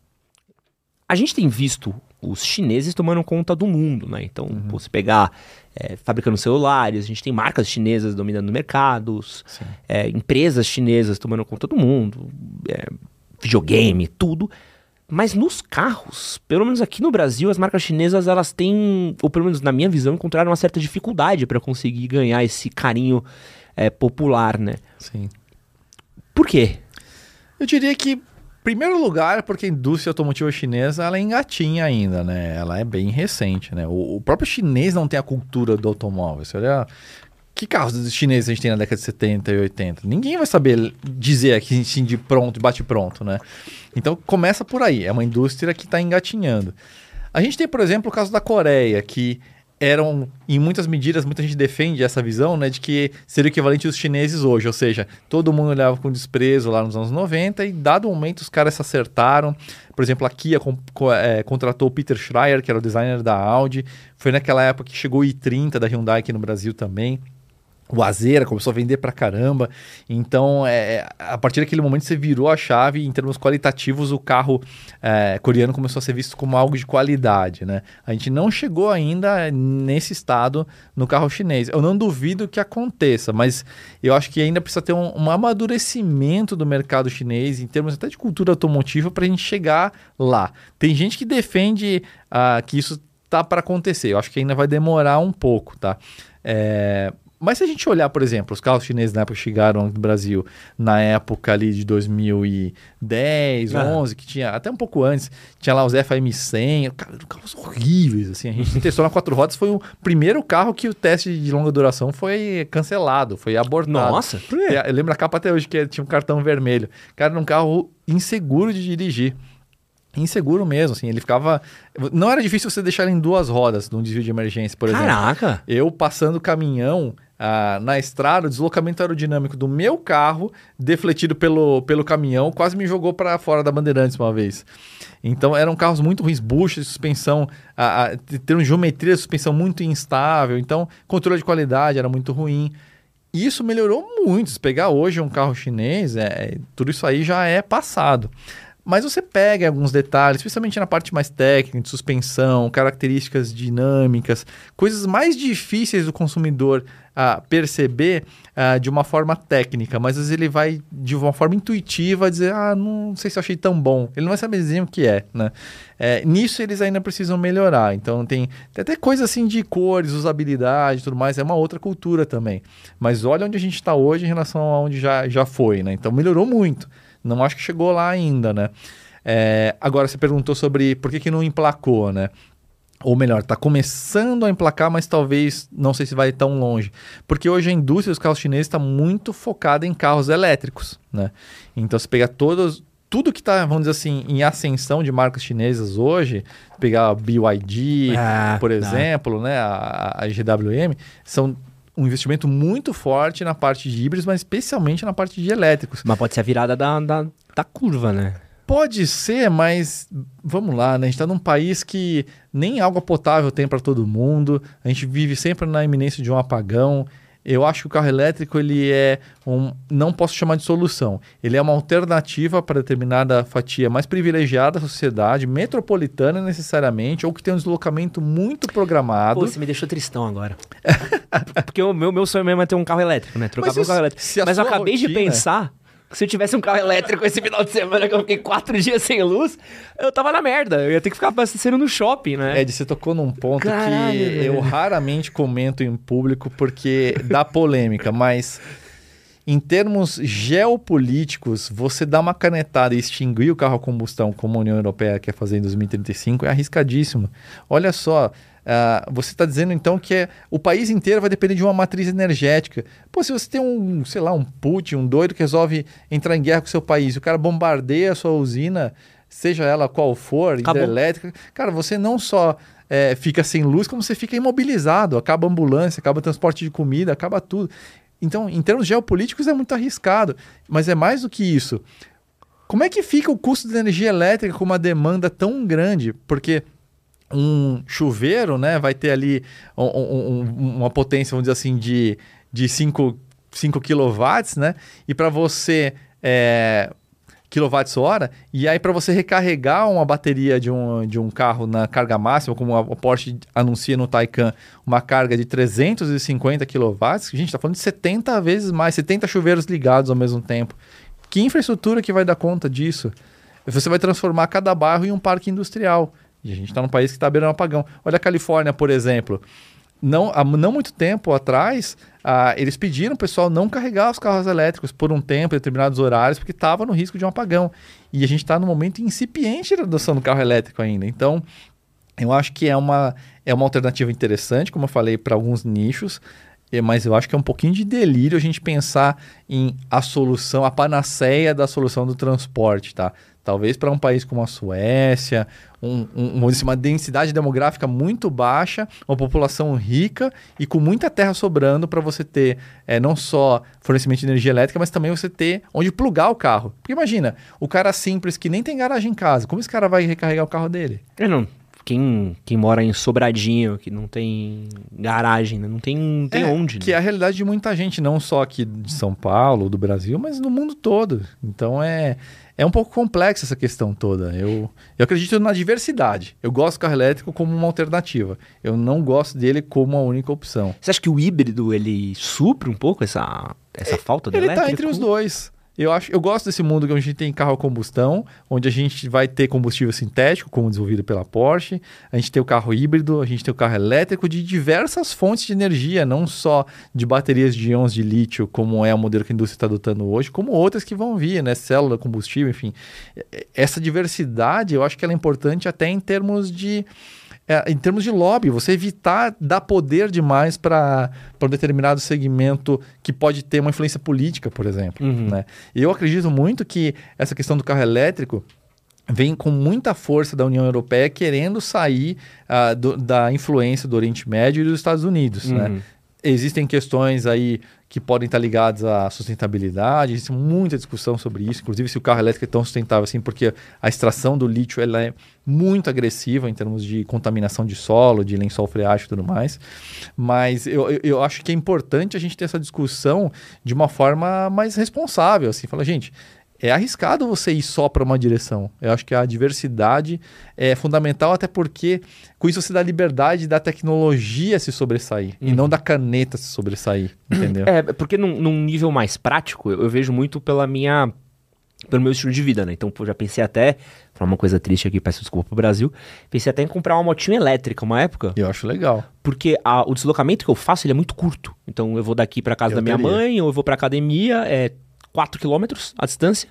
A gente tem visto os chineses tomando conta do mundo, né? Então, Uhum. pô, se pegar é, fabricando celulares, a gente tem marcas chinesas dominando mercados, é, empresas chinesas tomando conta do mundo, é, videogame, tudo. Mas nos carros, pelo menos aqui no Brasil, as marcas chinesas, elas têm, ou pelo menos na minha visão, encontraram uma certa dificuldade para conseguir ganhar esse carinho é, popular, né? Sim. Por quê? Eu diria que, em primeiro lugar, porque a indústria automotiva chinesa ela é engatinha ainda, né? Ela é bem recente, né? O, o próprio chinês não tem a cultura do automóvel. Você olha... Que carros chineses a gente tem na década de setenta e oitenta? Ninguém vai saber dizer aqui assim, de pronto, bate pronto, né? Então começa por aí. É uma indústria que está engatinhando. A gente tem, por exemplo, o caso da Coreia, que eram, em muitas medidas, muita gente defende essa visão, né, de que seria o equivalente aos chineses hoje, ou seja, todo mundo olhava com desprezo lá nos anos noventa e, dado o momento, os caras se acertaram. Por exemplo, a Kia com, com, é, contratou o Peter Schreier, que era o designer da Audi. Foi naquela época que chegou o i trinta da Hyundai aqui no Brasil também. O Azera começou a vender pra caramba. Então, é, a partir daquele momento, você virou a chave. Em termos qualitativos, o carro é, coreano começou a ser visto como algo de qualidade, né? A gente não chegou ainda nesse estado no carro chinês. Eu não duvido que aconteça, mas eu acho que ainda precisa ter um, um amadurecimento do mercado chinês, em termos até de cultura automotiva, para a gente chegar lá. Tem gente que defende uh, que isso tá para acontecer. Eu acho que ainda vai demorar um pouco, tá? É... Mas se a gente olhar, por exemplo, os carros chineses na época que chegaram no Brasil, na época ali de dois mil e dez, Ah. onze, que tinha até um pouco antes, tinha lá os F A M cem, cara, eram carros horríveis, assim, a gente testou na quatro rodas, foi o primeiro carro que o teste de longa duração foi cancelado, foi abortado. Nossa, por quê? Eu lembro a capa até hoje, que tinha um cartão vermelho. Cara, era um carro inseguro de dirigir. Inseguro mesmo, assim, ele ficava... Não era difícil você deixar ele em duas rodas, num desvio de emergência, por exemplo. Caraca! Eu passando o caminhão ah, na estrada, o deslocamento aerodinâmico do meu carro, defletido pelo, pelo caminhão, quase me jogou para fora da Bandeirantes uma vez. Então, eram carros muito ruins, buchas de suspensão, ah, ah, ter geometria de suspensão muito instável, então, controle de qualidade era muito ruim. E isso melhorou muito. Se pegar hoje um carro chinês, é, tudo isso aí já é passado. Mas você pega alguns detalhes, especialmente na parte mais técnica, de suspensão, características dinâmicas, coisas mais difíceis do consumidor uh, perceber uh, de uma forma técnica, mas às vezes ele vai de uma forma intuitiva dizer, ah, não sei se eu achei tão bom. Ele não vai saber dizer o que é, né? É, nisso eles ainda precisam melhorar. Então tem, tem até coisa assim de cores, usabilidade e tudo mais, é uma outra cultura também. Mas olha onde a gente está hoje em relação a onde já, já foi, né? Então melhorou muito. Não acho que chegou lá ainda, né? É, agora, você perguntou sobre por que, que não emplacou, né? Ou melhor, está começando a emplacar, mas talvez não sei se vai tão longe. Porque hoje a indústria dos carros chineses está muito focada em carros elétricos, né? Então, se pegar todos, tudo que está, vamos dizer assim, em ascensão de marcas chinesas hoje, pegar a B Y D, ah, por exemplo, né? a, a G W M, são... um investimento muito forte na parte de híbridos, mas especialmente na parte de elétricos. Mas pode ser a virada da, da, da curva, né? Pode ser, mas vamos lá, né? A gente está num país que nem água potável tem para todo mundo, a gente vive sempre na iminência de um apagão. Eu acho que o carro elétrico, ele é um, não posso chamar de solução, ele é uma alternativa para determinada fatia mais privilegiada da sociedade, metropolitana necessariamente, ou que tem um deslocamento muito programado. Pô, você me deixou tristão agora. Porque o meu, meu sonho mesmo é ter um carro elétrico, né? Trocar por um carro elétrico. Mas eu acabei rotina... de pensar que se eu tivesse um carro elétrico esse final de semana, que eu fiquei quatro dias sem luz, eu tava na merda. Eu ia ter que ficar abastecendo no shopping, né? Ed, você tocou num ponto Caralho, que velho. eu raramente comento em público porque dá polêmica, mas em termos geopolíticos, você dar uma canetada e extinguir o carro a combustão, como a União Europeia quer fazer em dois mil e trinta e cinco, é arriscadíssimo. Olha só... Uh, você está dizendo então que é, o país inteiro vai depender de uma matriz energética. Pô, se você tem um, sei lá, um Putin, um doido que resolve entrar em guerra com o seu país, o cara bombardeia a sua usina, seja ela qual for, Acabou. hidrelétrica, cara, você não só é, fica sem luz, como você fica imobilizado, acaba a ambulância, acaba o transporte de comida, acaba tudo. Então, em termos geopolíticos é muito arriscado, mas é mais do que isso. Como é que fica o custo de energia elétrica com uma demanda tão grande? Porque um chuveiro, né, vai ter ali um, um, um, uma potência, vamos dizer assim, de, de cinco quilowatts, né? E para você... É, quilowatts-hora, e aí para você recarregar uma bateria de um, de um carro na carga máxima, como a Porsche anuncia no Taycan, uma carga de trezentos e cinquenta quilowatts, a gente está falando de setenta vezes mais, setenta chuveiros ligados ao mesmo tempo. Que infraestrutura que vai dar conta disso? Você vai transformar cada bairro em um parque industrial. E a gente está num país que está beirando um apagão. Olha a Califórnia, por exemplo. Não, há não muito tempo atrás, ah, eles pediram o pessoal não carregar os carros elétricos por um tempo, em determinados horários, porque estava no risco de um apagão. E a gente está no momento incipiente da adoção do carro elétrico ainda. Então, eu acho que é uma, é uma alternativa interessante, como eu falei, para alguns nichos, mas eu acho que é um pouquinho de delírio a gente pensar em a solução, a panaceia da solução do transporte, tá? Talvez para um país como a Suécia, um, um, uma densidade demográfica muito baixa, uma população rica e com muita terra sobrando para você ter é, não só fornecimento de energia elétrica, mas também você ter onde plugar o carro. Porque imagina, o cara simples que nem tem garagem em casa, como esse cara vai recarregar o carro dele? É, não. Quem, quem mora em Sobradinho, que não tem garagem, né? não tem, não tem é, onde. Que né? é a realidade de muita gente, não só aqui de São Paulo, do Brasil, mas no mundo todo. Então é, é um pouco complexa essa questão toda. Eu, eu acredito na diversidade. Eu gosto do carro elétrico como uma alternativa. Eu não gosto dele como a única opção. Você acha que o híbrido, ele supre um pouco essa, essa é, falta do ele elétrico? Ele está entre os dois. Eu, acho, eu gosto desse mundo onde a gente tem carro a combustão, onde a gente vai ter combustível sintético, como desenvolvido pela Porsche, a gente tem o carro híbrido, a gente tem o carro elétrico de diversas fontes de energia, não só de baterias de íons de lítio, como é o modelo que a indústria está adotando hoje, como outras que vão vir, né? Célula, combustível, enfim. Essa diversidade, eu acho que ela é importante até em termos de é, em termos de lobby, você evitar dar poder demais para um determinado segmento que pode ter uma influência política, por exemplo. Uhum. Né? E eu acredito muito que essa questão do carro elétrico vem com muita força da União Europeia querendo sair uh, do, da influência do Oriente Médio e dos Estados Unidos. Uhum. Né? Existem questões aí que podem estar ligadas à sustentabilidade, existe muita discussão sobre isso, inclusive se o carro elétrico é tão sustentável assim, porque a extração do lítio ela é muito agressiva em termos de contaminação de solo, de lençol freático e tudo mais, mas eu, eu, eu acho que é importante a gente ter essa discussão de uma forma mais responsável, assim, fala, gente, é arriscado você ir só para uma direção. Eu acho que a diversidade é fundamental, até porque com isso você dá liberdade da tecnologia se sobressair uhum. e não da caneta se sobressair, entendeu? É, porque num, num nível mais prático, eu, eu vejo muito pela minha, pelo meu estilo de vida, né? Então, pô, já pensei até, falar uma coisa triste aqui, peço desculpa pro Brasil, pensei até em comprar uma motinha elétrica uma época. Eu acho legal. Porque a, o deslocamento que eu faço, ele é muito curto. Então, eu vou daqui para casa eu da minha teria. mãe, ou eu vou pra academia, é quatro quilômetros a distância.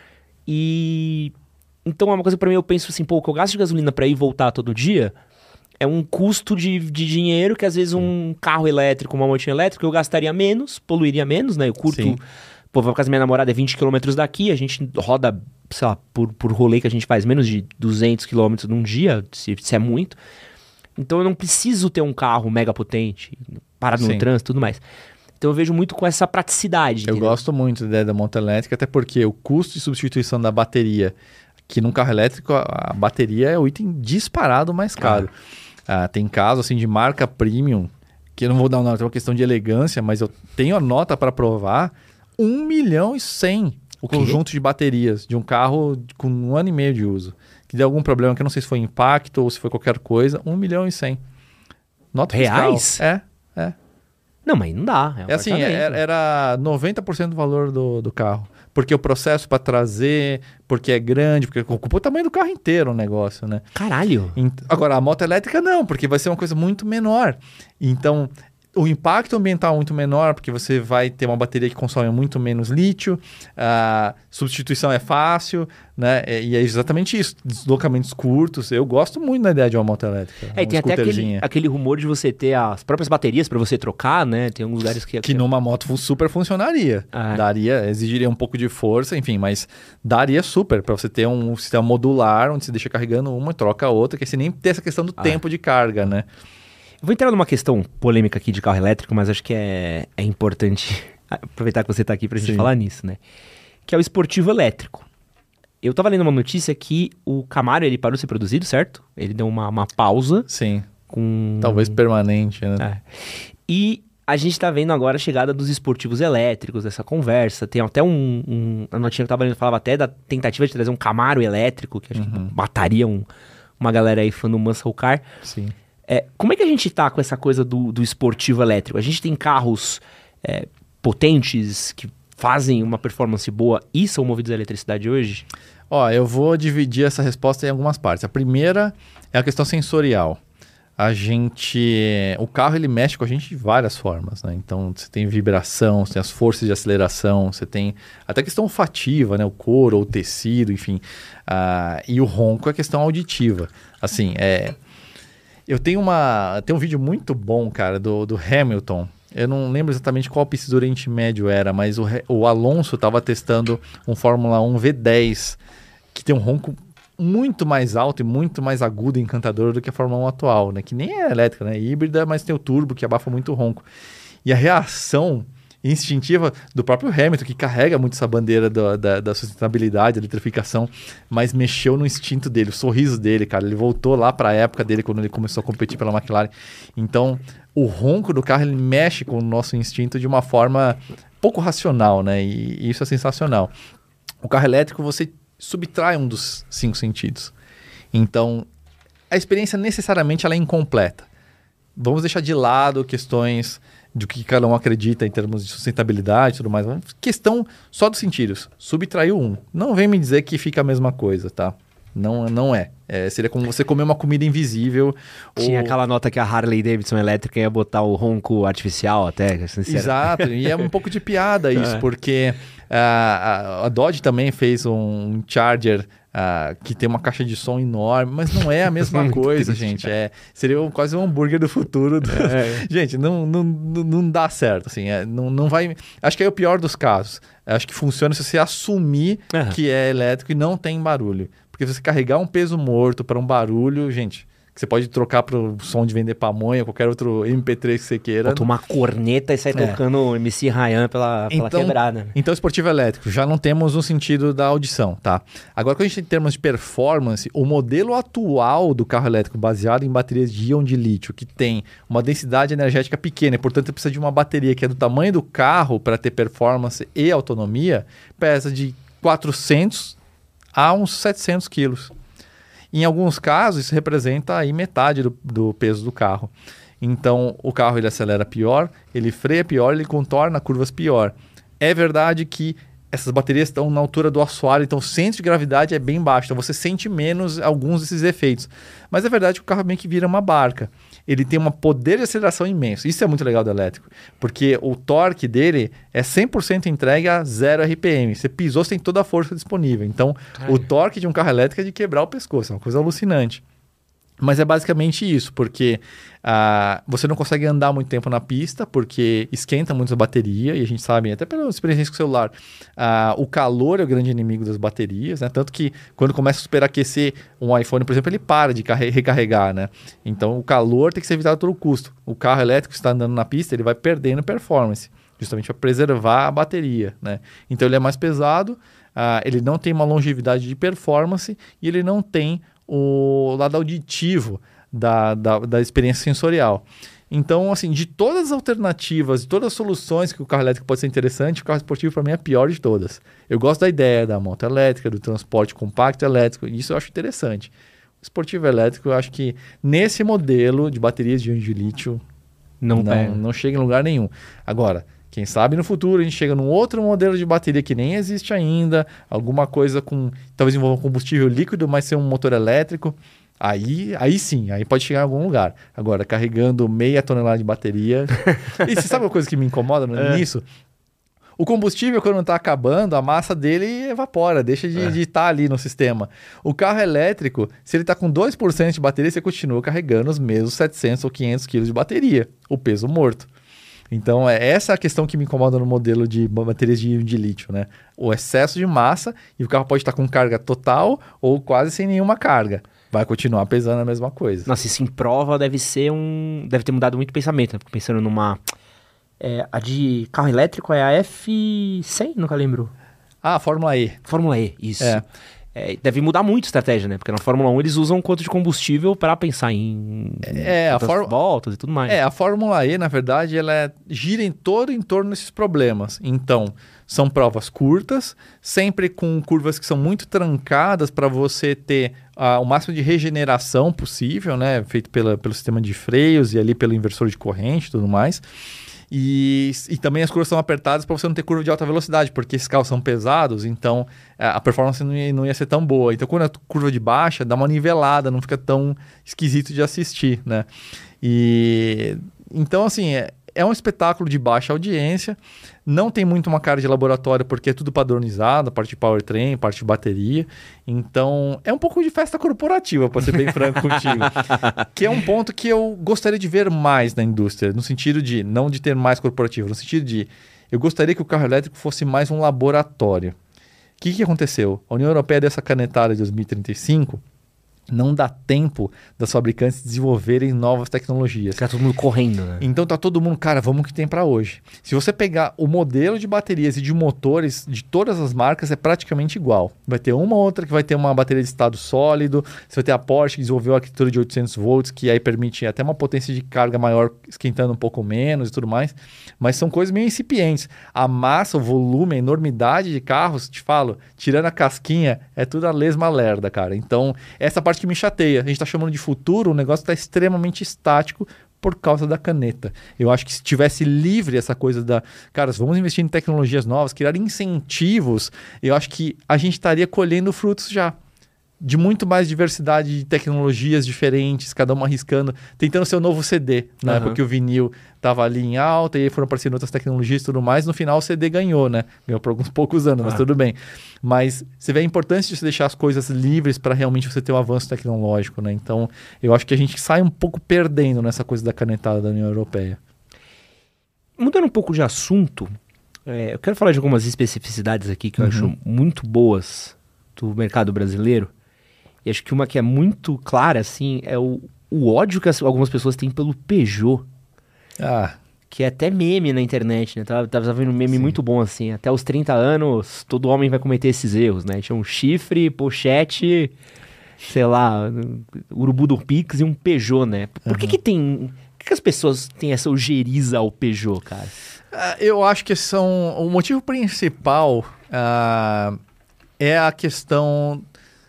E então é uma coisa pra mim, eu penso assim, pô, o que eu gasto de gasolina pra ir e voltar todo dia é um custo de, de dinheiro que às vezes um carro elétrico, uma motinha elétrica, eu gastaria menos, poluiria menos, né? Eu curto, Sim. pô, vou pra casa da minha namorada, é vinte quilômetros daqui, a gente roda, sei lá, por, por rolê que a gente faz menos de duzentos quilômetros num dia, se, se é muito. Então eu não preciso ter um carro mega potente, parado no trânsito e tudo mais. Então eu vejo muito com essa praticidade. Eu entendeu? gosto muito da ideia da moto elétrica, até porque o custo de substituição da bateria, que num carro elétrico a, a bateria é o item disparado mais caro. Ah. Ah, tem casos assim, de marca premium, que eu não vou dar uma nota, é uma questão de elegância, mas eu tenho a nota para provar, um milhão e cem o conjunto de baterias de um carro com um ano e meio de uso. Que deu algum problema, que eu não sei se foi impacto ou se foi qualquer coisa, um milhão e cem. Nota Reais? Fiscal. É, é. Não, mas não dá. É, um é assim, era, era noventa por cento do valor do, do carro. Porque o processo para trazer, porque é grande, porque ocupa o tamanho do carro inteiro o negócio, né? Caralho! Agora, a moto elétrica não, porque vai ser uma coisa muito menor. Então, o impacto ambiental é muito menor, porque você vai ter uma bateria que consome muito menos lítio, a substituição é fácil, né? E é exatamente isso, deslocamentos curtos. Eu gosto muito da ideia de uma moto elétrica. É, e tem até aquele, aquele rumor de você ter as próprias baterias para você trocar, né? Tem alguns lugares que... Que numa moto super funcionaria. Ah. Daria, exigiria um pouco de força, enfim, mas daria super para você ter um sistema modular, onde você deixa carregando uma e troca a outra, que você nem tem essa questão do ah. tempo de carga, né? Eu vou entrar numa questão polêmica aqui de carro elétrico, mas acho que é, é importante aproveitar que você está aqui para a gente Sim. falar nisso, né? Que é o esportivo elétrico. Eu estava lendo uma notícia que o Camaro, ele parou de ser produzido, certo? Ele deu uma, uma pausa. Sim. Com... Talvez permanente, né? É. E a gente está vendo agora a chegada dos esportivos elétricos, essa conversa. Tem até um... um a notícia que eu estava lendo falava até da tentativa de trazer um Camaro elétrico, que acho uhum. que mataria um, uma galera aí fã do Muscle Car. Sim. É, como é que a gente tá com essa coisa do, do esportivo elétrico? A gente tem carros é, potentes que fazem uma performance boa e são movidos a eletricidade hoje? Ó, eu vou dividir essa resposta em algumas partes. A primeira é a questão sensorial. A gente... O carro, ele mexe com a gente de várias formas, né? Então, você tem vibração, você tem as forças de aceleração, você tem até a questão olfativa, né? O couro ou o tecido, enfim. Ah, e o ronco é a questão auditiva. Assim, é... Eu tenho uma... Tem um vídeo muito bom, cara, do, do Hamilton. Eu não lembro exatamente qual pista do Oriente Médio era, mas o, o Alonso estava testando um Fórmula um V dez, que tem um ronco muito mais alto e muito mais agudo e encantador do que a Fórmula um atual, né? Que nem é elétrica, né? É híbrida, mas tem o turbo que abafa muito o ronco. E a reação instintiva do próprio Hamilton, que carrega muito essa bandeira do, da, da sustentabilidade, da eletrificação, mas mexeu no instinto dele, o sorriso dele, cara. Ele voltou lá para a época dele, quando ele começou a competir pela McLaren. Então, o ronco do carro, ele mexe com o nosso instinto de uma forma pouco racional, né? E, e isso é sensacional. O carro elétrico, você subtrai um dos cinco sentidos. Então, a experiência necessariamente ela é incompleta. Vamos deixar de lado questões do que cada um acredita em termos de sustentabilidade e tudo mais. Questão só dos sentidos. Subtraiu um. Não vem me dizer que fica a mesma coisa, tá? Não, não é. é. Seria como você comer uma comida invisível. Tinha ou... aquela nota que a Harley Davidson elétrica ia botar o ronco artificial até. Sincero. Exato. E é um pouco de piada isso, é. porque a, a, a Dodge também fez um Charger uh, que tem uma caixa de som enorme, mas não é a mesma coisa, triste, gente. É, seria um, quase um hambúrguer do futuro. Do... É. Gente, não, não, não dá certo, assim, é, não, não vai... Acho que é o pior dos casos. Acho que funciona se você assumir uhum. que é elétrico e não tem barulho. Porque se você carregar um peso morto para um barulho, gente... que você pode trocar para o som de vender pamonha, qualquer outro M P três que você queira. Bota uma corneta e sai é. tocando M C Ryan pela, pela então, quebrada. Né? Então, esportivo elétrico, já não temos no sentido da audição, tá? Agora, quando a gente tem termos de performance, o modelo atual do carro elétrico baseado em baterias de íon de lítio, que tem uma densidade energética pequena, e, portanto, precisa de uma bateria que é do tamanho do carro para ter performance e autonomia, pesa de quatrocentos a uns setecentos quilos. Em alguns casos, isso representa aí metade do, do peso do carro. Então, o carro ele acelera pior, ele freia pior, ele contorna curvas pior. É verdade que essas baterias estão na altura do assoalho, então o centro de gravidade é bem baixo, então você sente menos alguns desses efeitos. Mas é verdade que o carro meio que vira uma barca. Ele tem um poder de aceleração imenso. Isso é muito legal do elétrico, porque o torque dele é cem por cento entregue a zero R P M. Você pisou, você tem toda a força disponível. Então, Ai. o torque de um carro elétrico é de quebrar o pescoço. É uma coisa alucinante. Mas é basicamente isso, porque uh, você não consegue andar muito tempo na pista, porque esquenta muito a bateria, e a gente sabe, até pela experiência com o celular, uh, o calor é o grande inimigo das baterias, né? Tanto que quando começa a superaquecer um iPhone, por exemplo, ele para de recarregar, né? Então o calor tem que ser evitado a todo custo. O carro elétrico que está andando na pista, ele vai perdendo performance, justamente para preservar a bateria, né? Então ele é mais pesado, uh, ele não tem uma longevidade de performance e ele não tem o lado auditivo da, da, da experiência sensorial. Então, assim, de todas as alternativas, de todas as soluções que o carro elétrico pode ser interessante, o carro esportivo para mim é a pior de todas. Eu gosto da ideia da moto elétrica, do transporte compacto elétrico, isso eu acho interessante. O esportivo elétrico, eu acho que nesse modelo de baterias de íon de lítio não, não, não chega em lugar nenhum. Agora, quem sabe no futuro a gente chega num outro modelo de bateria que nem existe ainda, alguma coisa com, talvez envolva combustível líquido, mas ser um motor elétrico, aí, aí sim, aí pode chegar em algum lugar. Agora, carregando meia tonelada de bateria... E você sabe uma coisa que me incomoda é. nisso? O combustível, quando está acabando, a massa dele evapora, deixa de é. estar ali no sistema. O carro elétrico, se ele está com dois por cento de bateria, você continua carregando os mesmos setecentos ou quinhentos quilos de bateria, o peso morto. Então, é essa a questão que me incomoda no modelo de baterias de íon de lítio, né? O excesso de massa, e o carro pode estar com carga total ou quase sem nenhuma carga. Vai continuar pesando a mesma coisa. Nossa, isso em prova deve ser um... Deve ter mudado muito o pensamento, né? Fico pensando numa... É, a de carro elétrico é a F cem? Nunca lembro. Ah, a Fórmula E. Fórmula E, isso. É. É, deve mudar muito a estratégia, né? Porque na Fórmula um eles usam quanto de combustível para pensar em é, a for... voltas e tudo mais. É, a Fórmula E, na verdade, ela é... gira em todo em torno desses problemas. Então, são provas curtas, sempre com curvas que são muito trancadas para você ter uh, o máximo de regeneração possível, né? Feito pela, pelo sistema de freios e ali pelo inversor de corrente e tudo mais. E, e também as curvas são apertadas para você não ter curva de alta velocidade, porque esses carros são pesados, então a performance não ia, não ia ser tão boa. Então, quando é curva de baixa, dá uma nivelada, não fica tão esquisito de assistir, né? E então, assim, é, é um espetáculo de baixa audiência, não tem muito uma cara de laboratório, porque é tudo padronizado, a parte de powertrain, a parte de bateria. Então, é um pouco de festa corporativa, para ser bem franco contigo. Que é um ponto que eu gostaria de ver mais na indústria, no sentido de, não de ter mais corporativo, no sentido de, eu gostaria que o carro elétrico fosse mais um laboratório. O que, que aconteceu? A União Europeia deu essa canetada de dois mil e trinta e cinco, não dá tempo das fabricantes desenvolverem novas tecnologias. Tá todo mundo correndo, né? Então tá todo mundo, cara, vamos o que tem para hoje. Se você pegar o modelo de baterias e de motores de todas as marcas, é praticamente igual. Vai ter uma ou outra que vai ter uma bateria de estado sólido, você vai ter a Porsche que desenvolveu a arquitetura de oitocentos volts, que aí permite até uma potência de carga maior, esquentando um pouco menos e tudo mais, mas são coisas meio incipientes. A massa, o volume, a enormidade de carros, te falo, tirando a casquinha, é tudo a lesma lerda, cara. Então, essa parte que me chateia. A gente está chamando de futuro, o negócio está extremamente estático por causa da caneta. Eu acho que se tivesse livre essa coisa da... Cara, vamos investir em tecnologias novas, criar incentivos, eu acho que a gente estaria colhendo frutos já. de muito mais diversidade de tecnologias diferentes, cada uma arriscando, tentando ser o novo C D, né? Uhum. Porque o vinil tava ali em alta e aí foram aparecendo outras tecnologias e tudo mais. No final o C D ganhou, né? Ganhou por alguns poucos anos, mas Ah. tudo bem. Mas você vê a importância de você deixar as coisas livres para realmente você ter um avanço tecnológico, né? Então, eu acho que a gente sai um pouco perdendo nessa coisa da canetada da União Europeia. Mudando um pouco de assunto, é, eu quero falar de algumas especificidades aqui que eu Uhum. acho muito boas do mercado brasileiro. E acho que uma que é muito clara, assim, é o, o ódio que as- algumas pessoas têm pelo Peugeot. Ah, Que é até meme na internet, né? Tava, tava vendo um meme Sim. muito bom, assim. Até os trinta anos, todo homem vai cometer esses erros, né? Tinha um chifre, pochete, sei lá, urubu do Pix e um Peugeot, né? Por que que tem... Por que que as pessoas têm essa ojeriza ao Peugeot, cara? Ah, eu acho que são o motivo principal ah, é a questão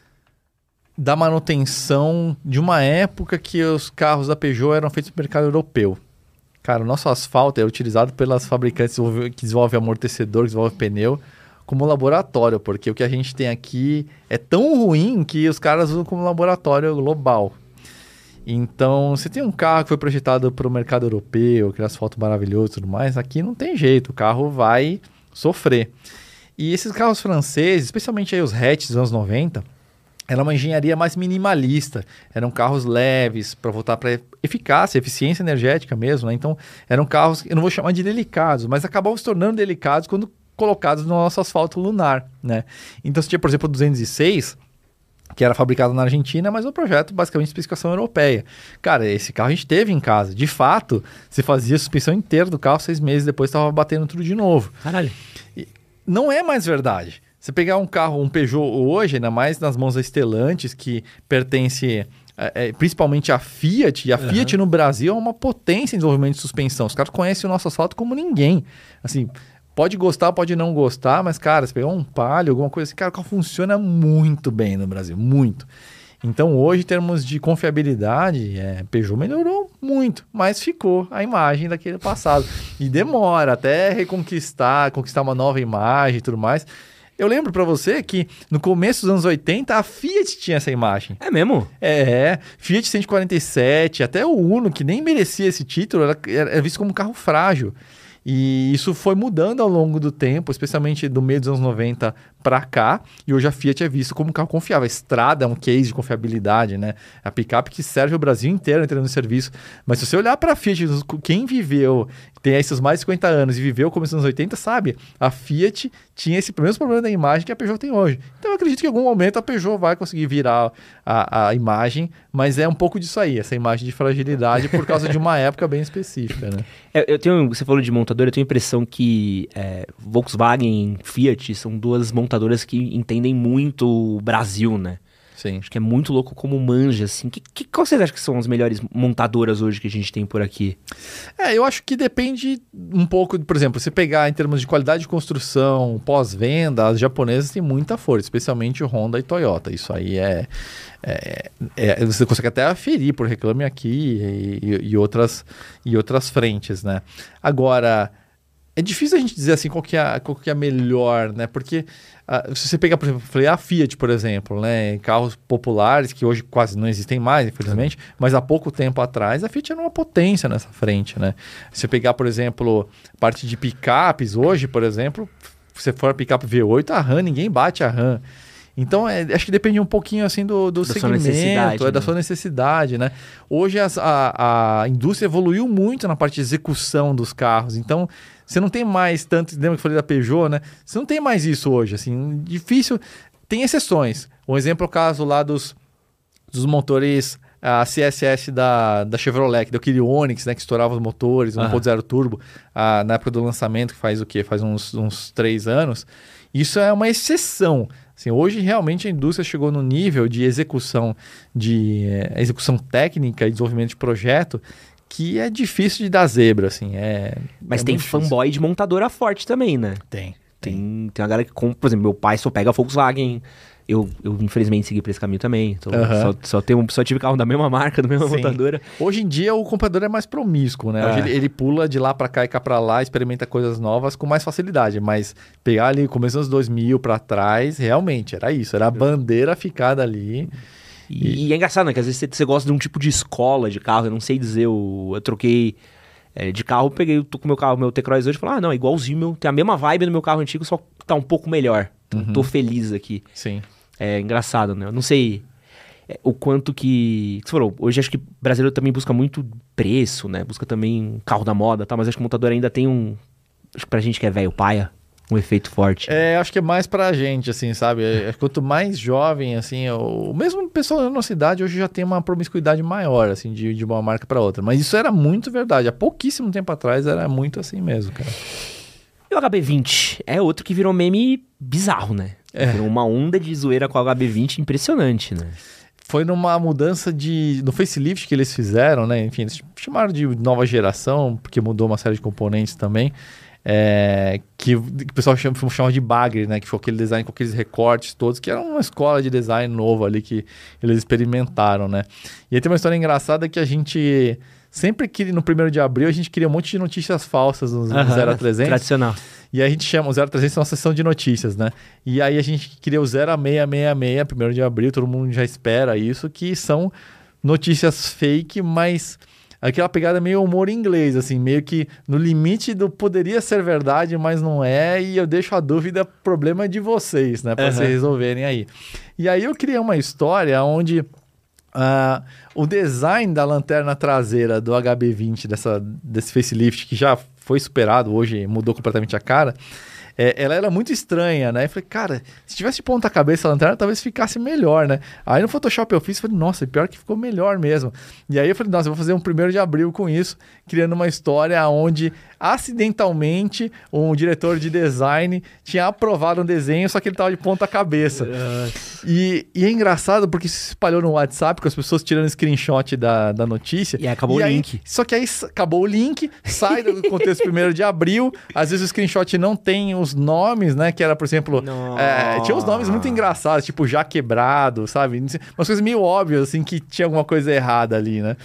da manutenção de uma época que os carros da Peugeot eram feitos no mercado europeu. Cara, o nosso asfalto é utilizado pelas fabricantes que desenvolvem amortecedor, que desenvolvem pneu, como laboratório, porque o que a gente tem aqui é tão ruim que os caras usam como laboratório global. Então, você tem um carro que foi projetado para o mercado europeu, aquele asfalto maravilhoso e tudo mais, aqui não tem jeito, o carro vai sofrer. E esses carros franceses, especialmente aí os hatches dos anos noventa, era uma engenharia mais minimalista, eram carros leves para voltar para eficácia, eficiência energética mesmo, né? Então eram carros, eu não vou chamar de delicados, mas acabavam se tornando delicados quando colocados no nosso asfalto lunar, né? Então você tinha, por exemplo, o duzentos e seis, que era fabricado na Argentina, mas o projeto basicamente de especificação europeia. Cara, esse carro a gente teve em casa, de fato, você fazia a suspensão inteira do carro, seis meses depois estava batendo tudo de novo. Caralho. Não é mais verdade. Você pegar um carro, um Peugeot hoje, ainda mais nas mãos da Stellantis, que pertence é, é, principalmente à Fiat, e a Uhum. Fiat no Brasil é uma potência em desenvolvimento de suspensão. Os caras conhecem o nosso asfalto como ninguém. Assim, pode gostar, pode não gostar, mas, cara, se pegar um Palio, alguma coisa assim, cara, o carro funciona muito bem no Brasil, muito. Então, hoje, em termos de confiabilidade, é, Peugeot melhorou muito, mas ficou a imagem daquele passado. E demora até reconquistar, conquistar uma nova imagem e tudo mais. Eu lembro pra você que no começo dos anos oitenta a Fiat tinha essa imagem. É mesmo? É, Fiat cento e quarenta e sete, até o Uno, que nem merecia esse título, era, era visto como um carro frágil. E isso foi mudando ao longo do tempo, especialmente do meio dos anos noventa para cá, e hoje a Fiat é visto como um carro confiável. A Estrada é um case de confiabilidade, né? A picape que serve o Brasil inteiro entrando no serviço. Mas se você olhar para a Fiat, quem viveu, tem esses mais de cinquenta anos e viveu como nos anos oitenta, sabe? A Fiat tinha esse mesmo problema da imagem que a Peugeot tem hoje. Então eu acredito que em algum momento a Peugeot vai conseguir virar a, a imagem, mas é um pouco disso aí, essa imagem de fragilidade por causa de uma época bem específica, né? É, eu tenho, você falou de montadora, eu tenho a impressão que é, Volkswagen e Fiat são duas montadoras que entendem muito o Brasil, né? Sim. Acho que é muito louco como manja, assim. Que, que, qual vocês acham que são as melhores montadoras hoje que a gente tem por aqui? É, eu acho que depende um pouco, por exemplo, se pegar em termos de qualidade de construção, pós-venda, as japonesas têm muita força, especialmente Honda e Toyota. Isso aí é... é, é você consegue até aferir por Reclame Aqui e, e, e, outras, e outras frentes, né? Agora, é difícil a gente dizer assim qual que é, qual que é a melhor, né? Porque uh, se você pegar, por exemplo, falei, a Fiat, por exemplo, né? Carros populares que hoje quase não existem mais, infelizmente, mas há pouco tempo atrás a Fiat era uma potência nessa frente, né? Se você pegar, por exemplo, parte de picapes hoje, por exemplo, se você for a picape V oito, a RAM, ninguém bate a RAM. Então, é, acho que depende um pouquinho assim do, do Da sua segmento, necessidade, é né? da sua necessidade, né? Hoje as- a, a indústria evoluiu muito na parte de execução dos carros, então você não tem mais tanto, lembra que eu falei da Peugeot, né? Você não tem mais isso hoje, assim, difícil, tem exceções. Um exemplo é o caso lá dos, dos motores a C S S da, da Chevrolet, que deu aquele Onix, né, que estourava os motores, um ponto zero turbo, ah, na época do lançamento, que faz o quê? Faz uns, uns três anos. Isso é uma exceção. Assim, hoje, realmente, a indústria chegou no nível de execução, de eh, execução técnica e desenvolvimento de projeto que é difícil de dar zebra, assim. É, Mas é tem muito difícil. fanboy de montadora forte também, né? Tem. Tem, tem uma galera que compra, por exemplo, meu pai só pega Volkswagen. Eu, eu infelizmente segui por esse caminho também. Então, Aham. só, só, tenho, só tive carro da mesma marca, da mesma Sim. montadora. Hoje em dia o comprador é mais promíscuo, né? É. Hoje ele, ele pula de lá pra cá e cá pra lá, experimenta coisas novas com mais facilidade. Mas pegar ali, começando os dois mil pra trás, realmente era isso. Era a bandeira ficada ali. E, e é engraçado, né? Que às vezes você, você gosta de um tipo de escola de carro. Eu não sei dizer, eu, eu troquei é, de carro, peguei, eu tô com o meu carro, meu T-Cross hoje, e falei, ah, não, é igualzinho, meu, tem a mesma vibe no meu carro antigo, só tá um pouco melhor. Então, Uhum. tô feliz aqui. Sim. É engraçado, né? Eu não sei é, o quanto que... Você falou, hoje acho que o brasileiro também busca muito preço, né? Busca também um carro da moda, tá? Mas acho que o montador ainda tem um... Acho que pra gente que é velho paia, um efeito forte. É, acho que é mais pra gente, assim, sabe? É, quanto mais jovem, assim, o mesmo pessoal na nossa idade hoje já tem uma promiscuidade maior, assim, de, de uma marca pra outra. Mas isso era muito verdade. Há pouquíssimo tempo atrás era muito assim mesmo, cara. E o H B vinte é outro que virou meme bizarro, né? É. Virou uma onda de zoeira com o H B vinte impressionante, né? Foi numa mudança de... no facelift que eles fizeram, né? Enfim, eles chamaram de nova geração, porque mudou uma série de componentes também. É, que, que o pessoal chama, chama de bagre, né? Que foi aquele design com aqueles recortes todos, que era uma escola de design novo ali que eles experimentaram, né? E aí tem uma história engraçada que a gente... Sempre que no primeiro de abril a gente cria um monte de notícias falsas no Aham, zero a trezentos. Tradicional. E aí a gente chama o zero a trezentos é uma sessão de notícias, né? E aí a gente cria o zero a seiscentos e sessenta e seis, primeiro de abril, todo mundo já espera isso, que são notícias fake, mas aquela pegada meio humor inglês, assim, meio que no limite do poderia ser verdade, mas não é, e eu deixo a dúvida, problema de vocês, né? Pra Uhum. vocês resolverem aí. E aí eu criei uma história onde... Uh, o design da lanterna traseira do H B vinte, dessa, desse facelift, que já foi superado, hoje mudou completamente a cara, é, ela era muito estranha, né? Eu falei, cara, se tivesse de ponta cabeça a lanterna, talvez ficasse melhor, né? Aí no Photoshop eu fiz e falei, nossa, pior que ficou melhor mesmo. E aí eu falei, nossa, eu vou fazer um primeiro de abril com isso, criando uma história onde, acidentalmente, um diretor de design tinha aprovado um desenho, só que ele tava de ponta cabeça. E, e é engraçado porque se espalhou no WhatsApp com as pessoas tirando screenshot da, da notícia. E aí acabou E o aí- link. Só que aí s- acabou o link, sai do contexto primeiro de abril. Às vezes o screenshot não tem os nomes, né? Que era, por exemplo, Nossa. é, tinha uns nomes muito engraçados, tipo já quebrado, sabe? Umas coisas meio óbvias, assim, que tinha alguma coisa errada ali, né?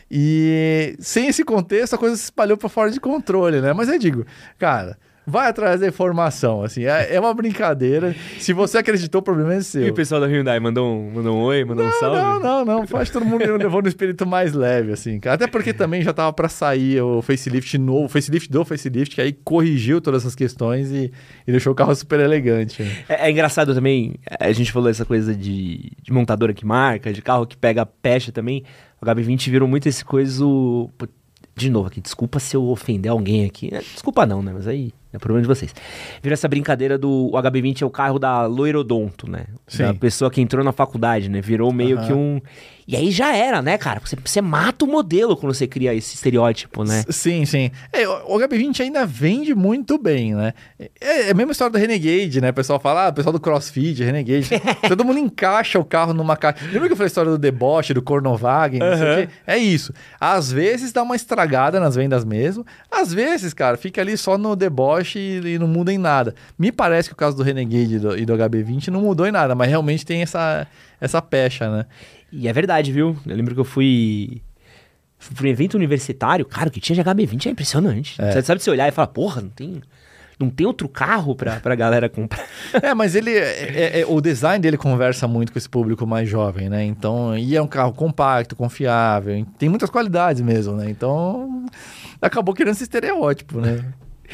E sem esse contexto, a coisa se espalhou para fora de controle, né? Mas eu digo, cara, vai atrás da informação, assim, é, é uma brincadeira. Se você acreditou, o problema é seu. E o pessoal da Hyundai mandou um, mandou um oi, mandou um salve? Não, não, não. Faz todo mundo levou no espírito mais leve, assim, cara. Até porque também já tava pra sair o facelift novo, o facelift do facelift, que aí corrigiu todas essas questões e, e deixou o carro super elegante. Né? É, é engraçado também, a gente falou essa coisa de, de montadora que marca, de carro que pega pecha também. O H B vinte virou muito esse coisa... o- pô, de novo aqui, desculpa se eu ofender alguém aqui. É, desculpa não, né? Mas aí é problema de vocês. Virou essa brincadeira do o H B vinte é o carro da loirodonto, né? Da Sim. pessoa que entrou na faculdade, né? Virou meio Aham. que um... E aí já era, né, cara? Você, você mata o modelo quando você cria esse estereótipo, né? S- Sim, sim. É, o o H B vinte ainda vende muito bem, né? É, é a mesma história do Renegade, né? O pessoal fala, ah, o pessoal do CrossFit, Renegade. Todo mundo encaixa o carro numa caixa. Lembra que eu falei a história do deboche, do Cornovagen, não sei o Aham. quê? É isso. Às vezes dá uma estragada nas vendas mesmo. Às vezes, cara, fica ali só no deboche e, e não muda em nada. Me parece que o caso do Renegade e do, e do H B vinte não mudou em nada, mas realmente tem essa, essa pecha, né? E é verdade, viu? Eu lembro que eu fui... Fui pra um evento universitário, cara, o que tinha de H B vinte é impressionante. É. Você sabe você olhar e falar, porra, não tem, não tem outro carro pra, pra galera comprar. É, mas ele é, é- o design dele conversa muito com esse público mais jovem, né? Então, e é um carro compacto, confiável, tem muitas qualidades mesmo, né? Então, acabou criando esse estereótipo, né?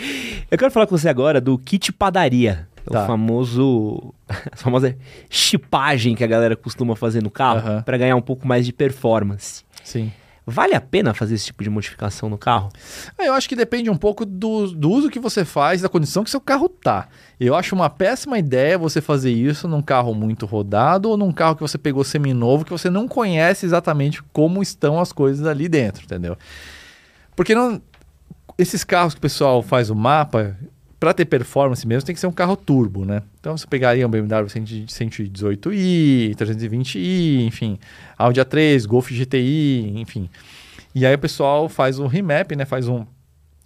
Eu quero falar com você agora do kit padaria. Tá. O famoso... A famosa chipagem que a galera costuma fazer no carro Aham. pra ganhar um pouco mais de performance. Sim. Vale a pena fazer esse tipo de modificação no carro? É, eu acho que depende um pouco do, do uso que você faz, da condição que seu carro tá. Eu acho uma péssima ideia você fazer isso num carro muito rodado ou num carro que você pegou seminovo, que você não conhece exatamente como estão as coisas ali dentro, entendeu? Porque não, esses carros que o pessoal faz o mapa, para ter performance mesmo, tem que ser um carro turbo, né? Então você pegaria um B M W cento e dezoito i, trezentos e vinte i, enfim, Audi A três, Golf G T I, enfim. E aí o pessoal faz um remap, né? Faz um,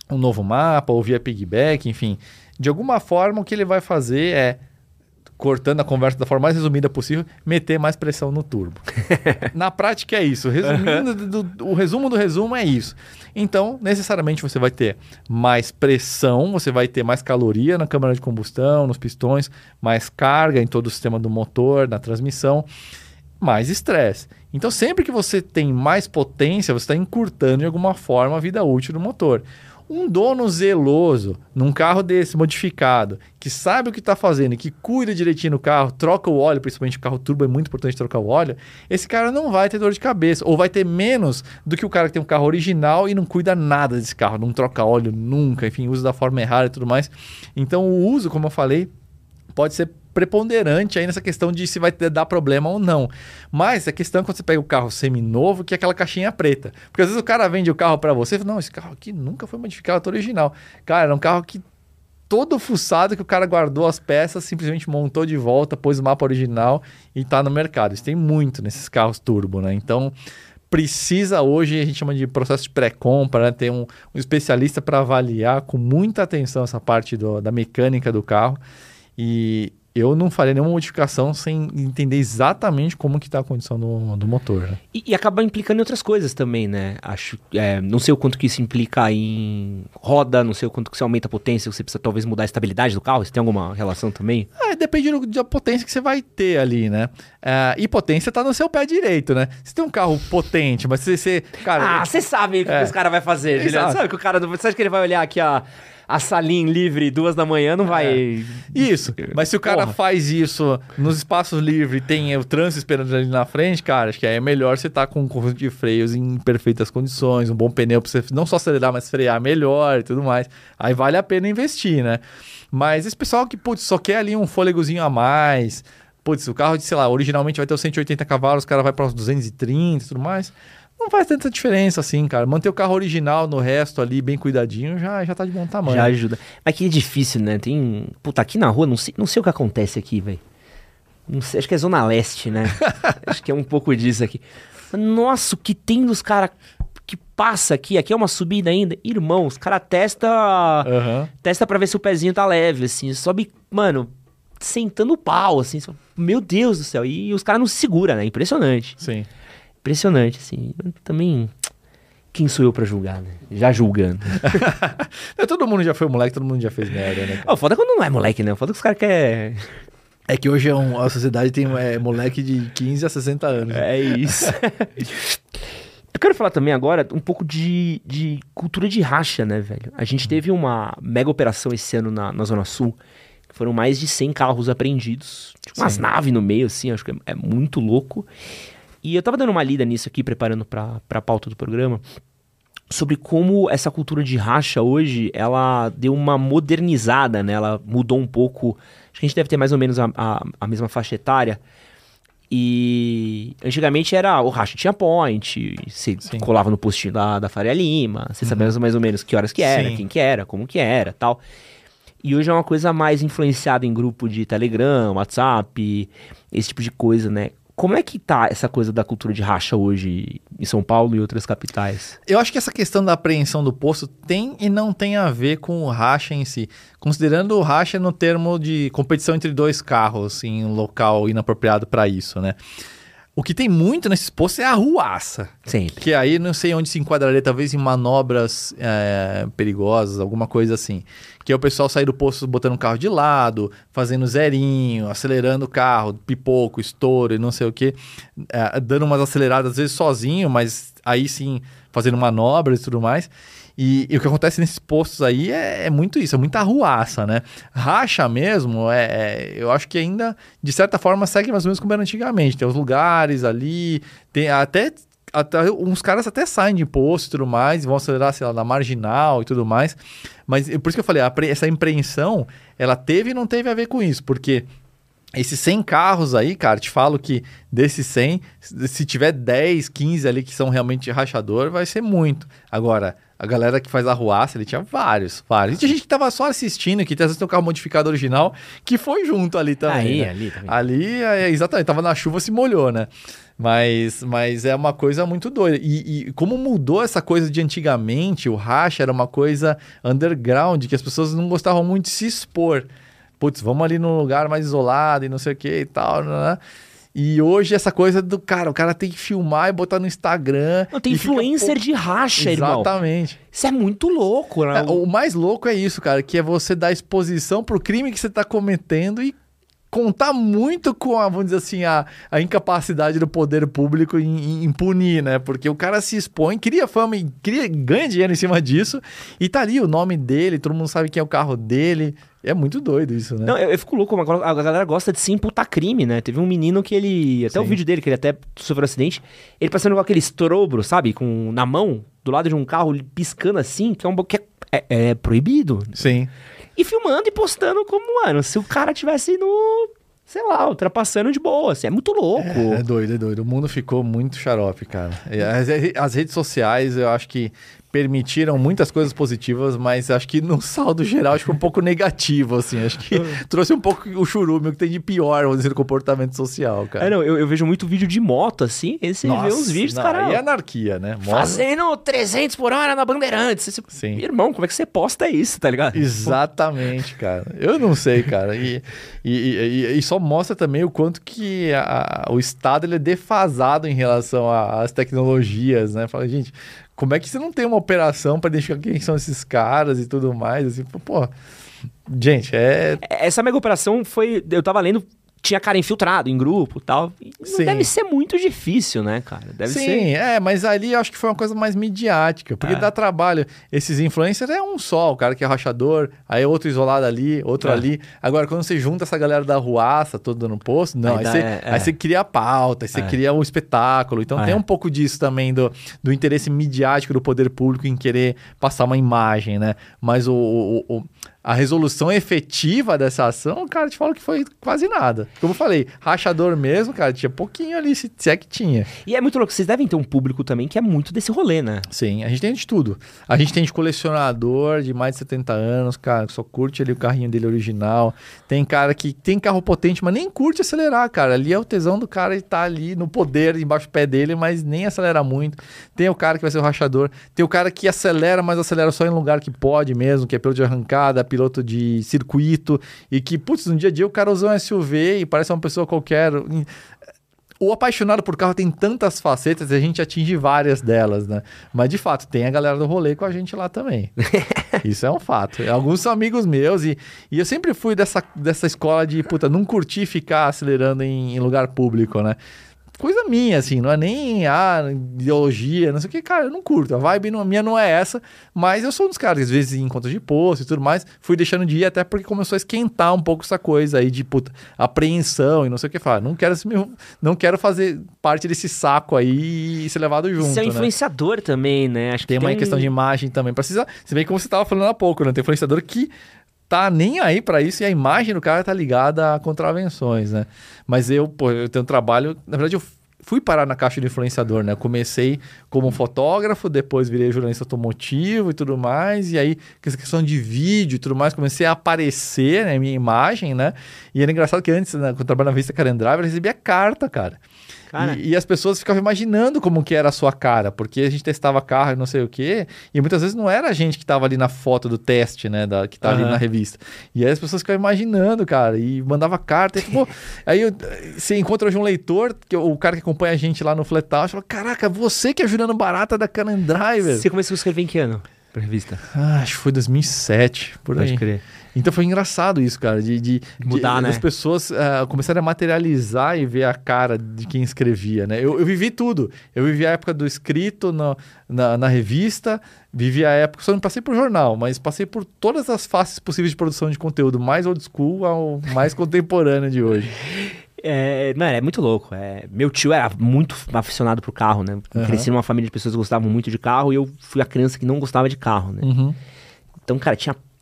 um novo mapa ou via piggyback, enfim. De alguma forma, o que ele vai fazer é, cortando a conversa da forma mais resumida possível, meter mais pressão no turbo. Na prática é isso. Resumindo, uhum. do, do, o resumo do resumo é isso. Então, necessariamente você vai ter mais pressão, você vai ter mais caloria na câmara de combustão, nos pistões, mais carga em todo o sistema do motor, na transmissão, mais estresse. Então, sempre que você tem mais potência, você está encurtando de alguma forma a vida útil do motor. Um dono zeloso num carro desse modificado, que sabe o que está fazendo e que cuida direitinho do carro, troca o óleo, principalmente o carro turbo é muito importante trocar o óleo, esse cara não vai ter dor de cabeça, ou vai ter menos do que o cara que tem um carro original e não cuida nada desse carro, não troca óleo nunca, enfim, usa da forma errada e tudo mais. Então o uso, como eu falei, pode ser preponderante aí nessa questão de se vai ter, dar problema ou não. Mas a questão é quando você pega o carro seminovo, que é aquela caixinha preta. Porque às vezes o cara vende o carro para você e fala, não, esse carro aqui nunca foi modificado, é original. Cara, era um carro que todo fuçado, que o cara guardou as peças, simplesmente montou de volta, pôs o mapa original e tá no mercado. Isso tem muito nesses carros turbo, né? Então, precisa hoje, a gente chama de processo de pré-compra, né? Ter um, um especialista para avaliar com muita atenção essa parte do, da mecânica do carro. E eu não faria nenhuma modificação sem entender exatamente como que está a condição do, do motor. Né? E, e acaba implicando em outras coisas também, né? Acho, é, não sei o quanto que isso implica em roda, não sei o quanto que isso aumenta a potência, você precisa talvez mudar a estabilidade do carro, isso tem alguma relação também? É, depende do, da potência que você vai ter ali, né? É, e potência está no seu pé direito, né? Você tem um carro potente, mas você... você cara, ah, você sabe o que, é. que os caras vão fazer, Juliano. Sabe que o cara... Você acha que ele vai olhar aqui a... a salinha livre duas da manhã não vai... É. Isso, mas se o cara Porra. faz isso nos espaços livres e tem o trânsito esperando ali na frente, cara, acho que aí é melhor você estar tá com um conjunto de freios em perfeitas condições, um bom pneu para você não só acelerar, mas frear melhor e tudo mais. Aí vale a pena investir, né? Mas esse pessoal que, putz, só quer ali um fôlegozinho a mais... Putz, o carro, de, sei lá, originalmente vai ter os cento e oitenta cavalos, o cara vai para os duzentos e trinta e tudo mais... Não faz tanta diferença assim, cara. Manter o carro original no resto ali, bem cuidadinho, já, já tá de bom tamanho. Já ajuda. Mas que é difícil, né? Tem... Puta, aqui na rua, não sei, não sei o que acontece aqui, velho. Não sei, acho que é Zona Leste, né? Acho que é um pouco disso aqui. Nossa, o que tem dos caras que passa aqui? Aqui é uma subida ainda. Irmão, os caras testa, uhum. testa pra ver se o pezinho tá leve, assim. Sobe, mano, sentando o pau, assim. Meu Deus do céu. E os caras não se seguram, né? Impressionante. Sim. Impressionante, assim. Eu também... Quem sou eu pra julgar, né? Já julgando. Todo mundo já foi moleque, todo mundo já fez merda, né? O foda é quando não é moleque, né? O foda é que os caras querem... É que hoje é um, a sociedade tem é, moleque de quinze a sessenta anos. É isso. Eu quero falar também agora um pouco de, de cultura de racha, né, velho? A gente teve uma mega operação esse ano na, na Zona Sul. Que foram mais de cem carros apreendidos. Tipo, umas naves no meio, assim. Acho que é, é muito louco. E eu tava dando uma lida nisso aqui, preparando pra, pra pauta do programa, sobre como essa cultura de racha hoje, ela deu uma modernizada, né? Ela mudou um pouco. Acho que a gente deve ter mais ou menos a, a, a mesma faixa etária. E antigamente era o racha tinha point, você Sim. colava no postinho da, da Faria Lima, você uhum. sabia mais ou menos que horas que era, Sim. quem que era, como que era, tal. E hoje é uma coisa mais influenciada em grupo de Telegram, WhatsApp, esse tipo de coisa, né? Como é que tá essa coisa da cultura de racha hoje em São Paulo e outras capitais? Eu acho que essa questão da apreensão do posto tem e não tem a ver com o racha em si. Considerando o racha no termo de competição entre dois carros em um local inapropriado para isso, né? O que tem muito nesses postos é a arruaça. Sempre. Que aí não sei onde se enquadraria, talvez em manobras é, perigosas, alguma coisa assim. Que é o pessoal sair do posto botando o carro de lado, fazendo zerinho, acelerando o carro, pipoco, estouro e não sei o quê. É, dando umas aceleradas, às vezes sozinho, mas aí sim fazendo manobras e tudo mais. E, e o que acontece nesses postos aí é, é muito isso, é muita arruaça, né? Racha mesmo, é, é, eu acho que ainda, de certa forma, segue mais ou menos como era antigamente. Tem os lugares ali, tem até, até uns caras até saem de posto e tudo mais, vão acelerar, sei lá, na marginal e tudo mais. Mas por isso que eu falei, a, essa impreensão, ela teve e não teve a ver com isso, porque Esses cem carros aí, cara, te falo que desses cem, se tiver dez, quinze ali que são realmente rachador, vai ser muito. Agora, a galera que faz arruaça, ele tinha vários, vários. E tinha gente que tava só assistindo, que às vezes tem um carro modificado original, que foi junto ali também. Aí, né? ali também. Ali, é, exatamente, tava na chuva, se molhou, né? Mas, mas é uma coisa muito doida. E, e como mudou essa coisa de antigamente, o racha era uma coisa underground, que as pessoas não gostavam muito de se expor. Putz, vamos ali num lugar mais isolado e não sei o que e tal, né? E hoje essa coisa do cara, o cara tem que filmar e botar no Instagram. Não, tem influencer fica... de racha, irmão. Exatamente. Isso é muito louco, né? É, o mais louco é isso, cara, que é você dar exposição pro crime que você tá cometendo e contar muito com a, vamos dizer assim, a, a incapacidade do poder público em, em punir, né? Porque o cara se expõe, cria fama, cria, ganha dinheiro em cima disso e tá ali o nome dele, todo mundo sabe quem é o carro dele. É muito doido isso, né? Não, eu, eu fico louco, a galera gosta de se imputar crime, né? Teve um menino que ele, até Sim. o vídeo dele, que ele até sofreu um acidente, ele passando com aquele estrobro, sabe? Com, na mão, do lado de um carro, piscando assim, que é um que é, é, é proibido. Sim. E filmando e postando como, mano, se o cara tivesse no, sei lá, ultrapassando de boa, assim, é muito louco. É, é doido, é doido. O mundo ficou muito xarope, cara. As, as redes sociais, eu acho que permitiram muitas coisas positivas, mas acho que no saldo geral acho que foi um pouco negativo, assim. Acho que trouxe um pouco o churume, o que tem de pior, vamos dizer, no comportamento social, cara. É, não, eu, eu vejo muito vídeo de moto, assim, e você Nossa, vê uns vídeos, não, cara... E anarquia, né? Moto... Fazendo trezentos por hora na Bandeirantes. Você... Sim. Irmão, como é que você posta isso, tá ligado? Exatamente, cara. Eu não sei, cara. E, e, e, e só mostra também o quanto que a, o Estado ele é defasado em relação às tecnologias, né? Fala, gente... Como é que você não tem uma operação para identificar quem são esses caras e tudo mais? Assim, pô, gente, é... Essa mega operação foi... Eu tava lendo... Tinha cara infiltrado em grupo e tal. E não Sim. deve ser muito difícil, né, cara? Deve Sim, ser... é, mas ali eu acho que foi uma coisa mais midiática, porque é. dá trabalho. Esses influencers é um só, o cara que é rachador, aí outro isolado ali, outro é. ali. Agora, quando você junta essa galera da arruaça, toda no posto, não, aí, aí, dá, você, é, aí é. você cria a pauta, aí você é. cria o espetáculo. Então tem um pouco disso também, do, do interesse midiático do poder público em querer passar uma imagem, né? Mas o... o, o a resolução efetiva dessa ação, cara, te falo que foi quase nada. Como eu falei, rachador mesmo, cara, tinha pouquinho ali, se, se é que tinha. E é muito louco, vocês devem ter um público também que é muito desse rolê, né? Sim, a gente tem de tudo. A gente tem de colecionador de mais de setenta anos, cara, que só curte ali o carrinho dele original. Tem cara que tem carro potente, mas nem curte acelerar, cara. Ali é o tesão do cara estar ali no poder, embaixo do pé dele, mas nem acelera muito. Tem o cara que vai ser o rachador. Tem o cara que acelera, mas acelera só em lugar que pode mesmo, que é piloto de arrancada, piloto de circuito, e que, putz, no dia a dia o cara usa um S U V e parece uma pessoa qualquer. O apaixonado por carro tem tantas facetas e a gente atinge várias delas, né? Mas, de fato, tem a galera do rolê com a gente lá também. Isso é um fato. Alguns são amigos meus e, e eu sempre fui dessa, dessa escola de, puta, não curti ficar acelerando em, em lugar público, né? Coisa minha, assim, não é nem a ah, ideologia, não sei o que, cara, eu não curto, a vibe não, minha não é essa, mas eu sou um dos caras, às vezes em contas de posto e tudo mais, fui deixando de ir até porque começou a esquentar um pouco essa coisa aí de, puta, apreensão e não sei o que, falar, não quero, não quero fazer parte desse saco aí e ser levado junto, Você é um né? influenciador também, né? Acho que tem, tem uma um... questão de imagem também, precisa, se bem como você estava falando há pouco, né? Tem influenciador que tá nem aí pra isso e a imagem do cara tá ligada a contravenções, né? Mas eu, pô, eu tenho um trabalho... Na verdade, eu fui parar na caixa de influenciador, né? Eu comecei como fotógrafo, depois virei jornalista automotivo e tudo mais, e aí, com essa questão de vídeo e tudo mais, comecei a aparecer, né? Minha imagem, né? E era engraçado que antes, né, quando eu trabalhava na revista Car and Drive, eu recebia carta, cara. E, e as pessoas ficavam imaginando como que era a sua cara, porque a gente testava carro e não sei o quê, e muitas vezes não era a gente que estava ali na foto do teste, né, da, que tá uhum. ali na revista. E aí as pessoas ficavam imaginando, cara, e mandava carta. E, pô, aí eu, você encontra hoje um leitor, que, o cara que acompanha a gente lá no Fletal, fala, caraca, você que é Juliano Barata da Car and Drive. Você começou a escrever em que ano pra revista? Ah, acho que foi dois mil e sete, por aí. Pode crer. Então foi engraçado isso, cara, de, de, mudar, de, né? As pessoas uh, começarem a materializar e ver a cara de quem escrevia, né? Eu, eu vivi tudo. Eu vivi a época do escrito no, na, na revista, vivi a época, só não passei por jornal, mas passei por todas as faces possíveis de produção de conteúdo, mais old school ao mais contemporâneo de hoje. É, mano, é muito louco. É, meu tio era muito aficionado pro carro, né? Uhum. Cresci numa família de pessoas que gostavam muito de carro e eu fui a criança que não gostava de carro, né? Uhum. Então, cara, tinha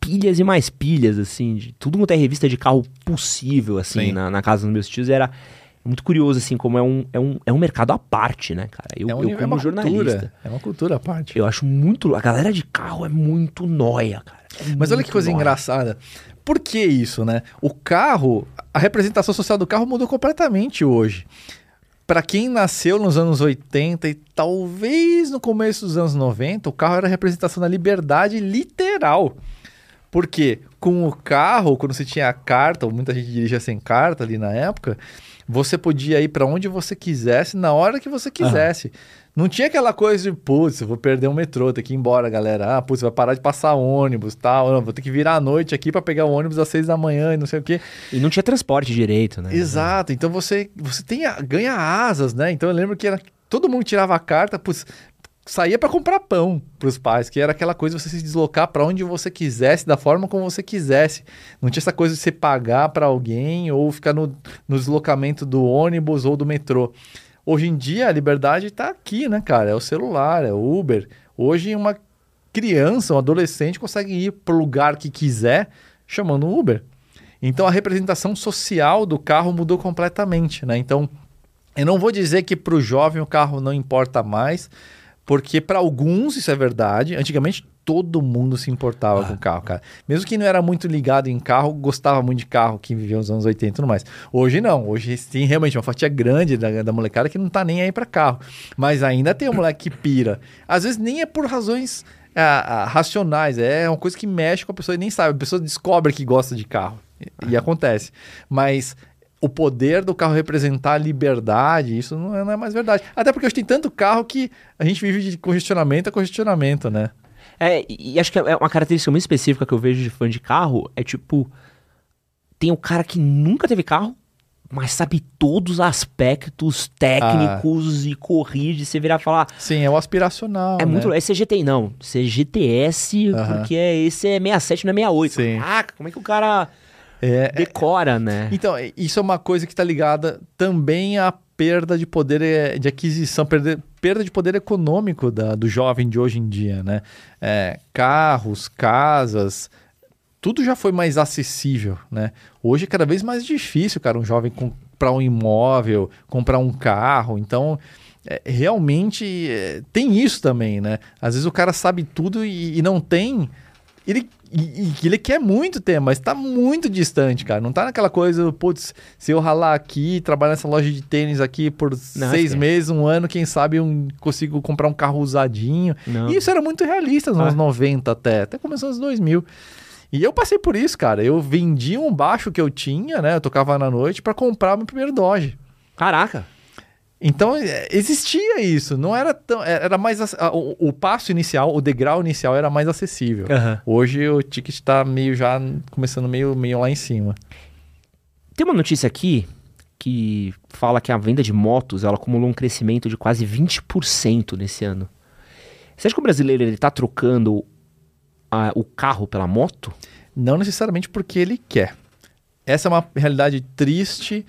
pilhas e mais pilhas, assim, de tudo quanto é revista de carro possível, assim, na, na casa dos meus tios. Era muito curioso, assim, como é um, é um, é um mercado à parte, né, cara? Eu, é um, eu é como uma jornalista... Cultura, é uma cultura à parte. Eu acho muito... A galera de carro é muito nóia, cara. É Mas olha que coisa nóia. engraçada. Por que isso, né? O carro, a representação social do carro mudou completamente hoje. Para quem nasceu nos anos oitenta e talvez no começo dos anos noventa, o carro era a representação da liberdade literal. Porque com o carro, quando você tinha a carta, ou muita gente dirigia sem carta ali na época, você podia ir para onde você quisesse, na hora que você quisesse. Uhum. Não tinha aquela coisa de, putz, eu vou perder o metrô, ter que ir embora, galera. Ah, putz, vai parar de passar ônibus, tal. Não, vou ter que virar à noite aqui para pegar o ônibus às seis da manhã e não sei o quê. E não tinha transporte direito, né? Exato. Então você, você tem a, ganha asas, né? Então eu lembro que era, todo mundo tirava a carta, putz, saía para comprar pão para os pais, que era aquela coisa de você se deslocar para onde você quisesse, da forma como você quisesse. Não tinha essa coisa de você pagar para alguém ou ficar no, no deslocamento do ônibus ou do metrô. Hoje em dia a liberdade está aqui, né, cara? É o celular, é o Uber. Hoje uma criança, um adolescente consegue ir para o lugar que quiser chamando um Uber. Então a representação social do carro mudou completamente, né? Então eu não vou dizer que para o jovem o carro não importa mais, porque para alguns isso é verdade. Antigamente todo mundo se importava ah. com carro, cara. Mesmo quem não era muito ligado em carro, gostava muito de carro, que vivia nos anos oitenta e tudo mais. Hoje não. Hoje tem realmente uma fatia grande da, da molecada que não tá nem aí para carro. Mas ainda tem um moleque que pira. Às vezes nem é por razões ah, ah, racionais. É uma coisa que mexe com a pessoa e nem sabe. A pessoa descobre que gosta de carro. E, e acontece. Mas o poder do carro representar a liberdade, isso não é, não é mais verdade. Até porque hoje tem tanto carro que a gente vive de congestionamento a congestionamento, né? É, e acho que é uma característica muito específica que eu vejo de fã de carro, é tipo, tem o cara que nunca teve carro, mas sabe todos os aspectos técnicos ah. e corrige, você virar e falar... Sim, é o aspiracional, É né? muito... É C G T I, não. C G T S, uh-huh. porque esse é sessenta e sete, não é sessenta e oito. Sim. Caraca, como é que o cara é, decora, né? Então, isso é uma coisa que está ligada também à perda de poder de aquisição, perder, perda de poder econômico da, do jovem de hoje em dia, né? É, carros, casas, tudo já foi mais acessível, né? Hoje é cada vez mais difícil, cara, um jovem comprar um imóvel, comprar um carro. Então, é, realmente é, tem isso também, né? Às vezes o cara sabe tudo e, e não tem... Ele, e, e ele quer muito ter, mas tá muito distante, cara. Não tá naquela coisa, putz, se eu ralar aqui, trabalhar nessa loja de tênis aqui por não, seis meses, um ano, quem sabe eu consigo comprar um carro usadinho. Não. E isso era muito realista nos ah. anos noventa até, até começou nos dois mil. E eu passei por isso, cara. Eu vendi um baixo que eu tinha, né? Eu tocava na noite para comprar meu primeiro Dodge. Caraca! Então, existia isso. Não era tão... Era mais... O, o passo inicial, o degrau inicial era mais acessível. Uhum. Hoje o ticket está meio já... Começando meio, meio lá em cima. Tem uma notícia aqui que fala que a venda de motos, ela acumulou um crescimento de quase vinte por cento nesse ano. Você acha que o brasileiro está trocando a, o carro pela moto? Não necessariamente porque ele quer. Essa é uma realidade triste...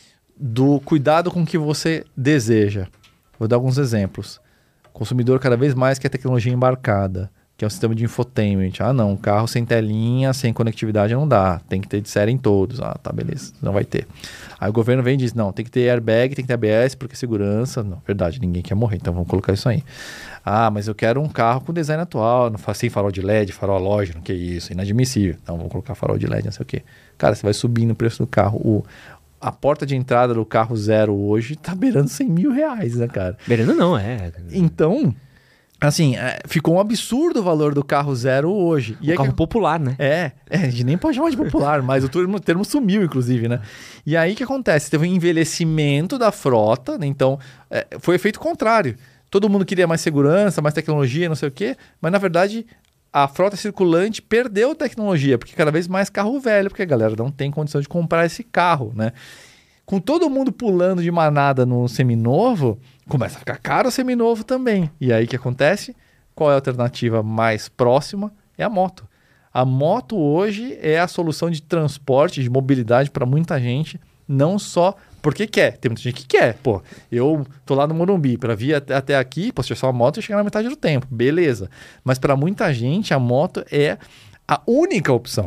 do cuidado com o que você deseja. Vou dar alguns exemplos. O consumidor cada vez mais quer tecnologia embarcada, que é um sistema de infotainment. Ah, não, carro sem telinha, sem conectividade não dá. Tem que ter de série em todos. Ah, tá, beleza, não vai ter. Aí o governo vem e diz, não, tem que ter airbag, tem que ter A B S, porque segurança... Não, verdade, ninguém quer morrer, então vamos colocar isso aí. Ah, mas eu quero um carro com design atual, não sem farol de L E D, farol halógeno, que isso, inadmissível. Então vamos colocar farol de L E D, não sei o quê. Cara, você vai subindo o preço do carro. O... A porta de entrada do carro zero hoje tá beirando cem mil reais, né, cara? Beirando não, é. Então, assim, é, ficou um absurdo o valor do carro zero hoje. O e carro que... popular, né? É, é, a gente nem pode chamar de popular, mas o termo, o termo sumiu, inclusive, né? E aí o que acontece? Teve um envelhecimento da frota, né? Então é, foi efeito contrário. Todo mundo queria mais segurança, mais tecnologia, não sei o quê, mas na verdade... A frota circulante perdeu tecnologia, porque cada vez mais carro velho, porque a galera não tem condição de comprar esse carro, né? Com todo mundo pulando de manada no seminovo, começa a ficar caro o seminovo também. E aí o que acontece? Qual é a alternativa mais próxima? É a moto. A moto hoje é a solução de transporte, de mobilidade para muita gente, não só porque quer. Tem muita gente que quer. Pô, eu tô lá no Morumbi, para vir até, até aqui, posso ter só a moto e chegar na metade do tempo. Beleza. Mas para muita gente, a moto é a única opção.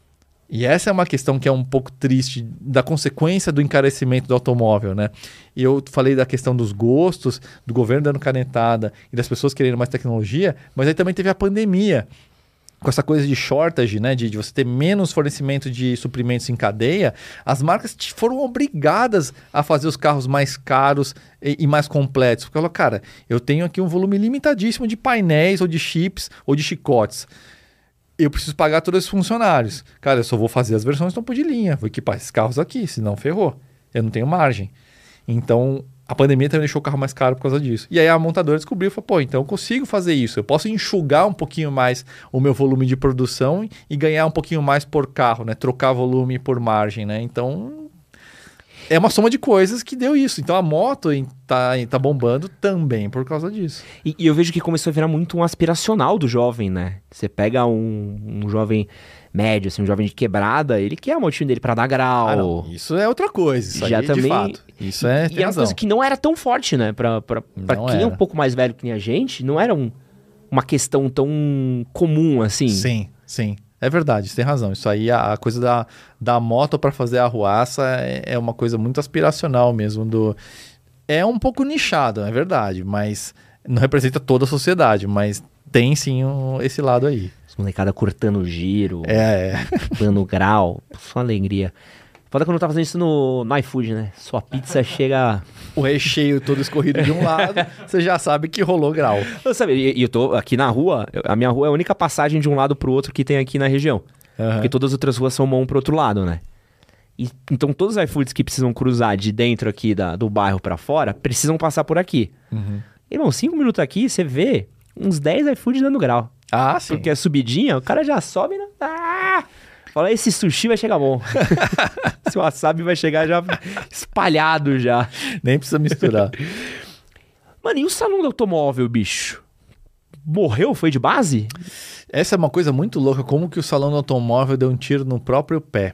E essa é uma questão que é um pouco triste da consequência do encarecimento do automóvel, né? E eu falei da questão dos gostos, do governo dando canetada e das pessoas querendo mais tecnologia, mas aí também teve a pandemia, com essa coisa de shortage, né? De, de você ter menos fornecimento de suprimentos em cadeia, as marcas foram obrigadas a fazer os carros mais caros e, e mais completos. Porque falou, cara, eu tenho aqui um volume limitadíssimo de painéis ou de chips ou de chicotes. Eu preciso pagar todos os funcionários. Cara, eu só vou fazer as versões topo de linha. Vou equipar esses carros aqui, senão ferrou. Eu não tenho margem. Então, a pandemia também deixou o carro mais caro por causa disso. E aí a montadora descobriu e falou, pô, então eu consigo fazer isso. Eu posso enxugar um pouquinho mais o meu volume de produção e ganhar um pouquinho mais por carro, né? Trocar volume por margem, né? Então, é uma soma de coisas que deu isso. Então, a moto tá, tá bombando também por causa disso. E, e eu vejo que começou a virar muito um aspiracional do jovem, né? Você pega um, um jovem médio, assim, um jovem de quebrada, ele quer a motinho dele pra dar grau. Ah, não. Isso é outra coisa. Isso Já aí, também... de fato. Isso é, e é uma coisa que não era tão forte, né? Pra, pra, pra quem era. é um pouco mais velho que nem a gente, não era um, uma questão tão comum assim. Sim, sim. É verdade, você tem razão. Isso aí, a, a coisa da, da moto para fazer a arruaça é, é uma coisa muito aspiracional mesmo. Do... É um pouco nichado, é verdade, mas não representa toda a sociedade, mas tem sim um, esse lado aí. Os molecada cortando giro, É, é. dando grau, só alegria. Foda quando tá fazendo isso no, no iFood, né? Sua pizza chega... O recheio todo escorrido de um lado, você já sabe que rolou grau. Eu, sabe, e eu tô aqui na rua, eu- a minha rua é a única passagem de um lado pro outro que tem aqui na região. Aham. Porque todas as outras ruas são mão pro outro lado, né? E, então todos os iFoods que precisam cruzar de dentro aqui da, do bairro pra fora, precisam passar por aqui. Uhum. Irmão, cinco minutos aqui, você vê uns dez iFoods dando grau. Ah, sim. Porque a subidinha, o cara já sobe, né? Ah! Fala, esse sushi vai chegar bom. Esse wasabi vai chegar já espalhado já. Nem precisa misturar. Mano, e o salão do automóvel, bicho? Morreu? Foi de base? Essa é uma coisa muito louca, como que o salão do automóvel deu um tiro no próprio pé.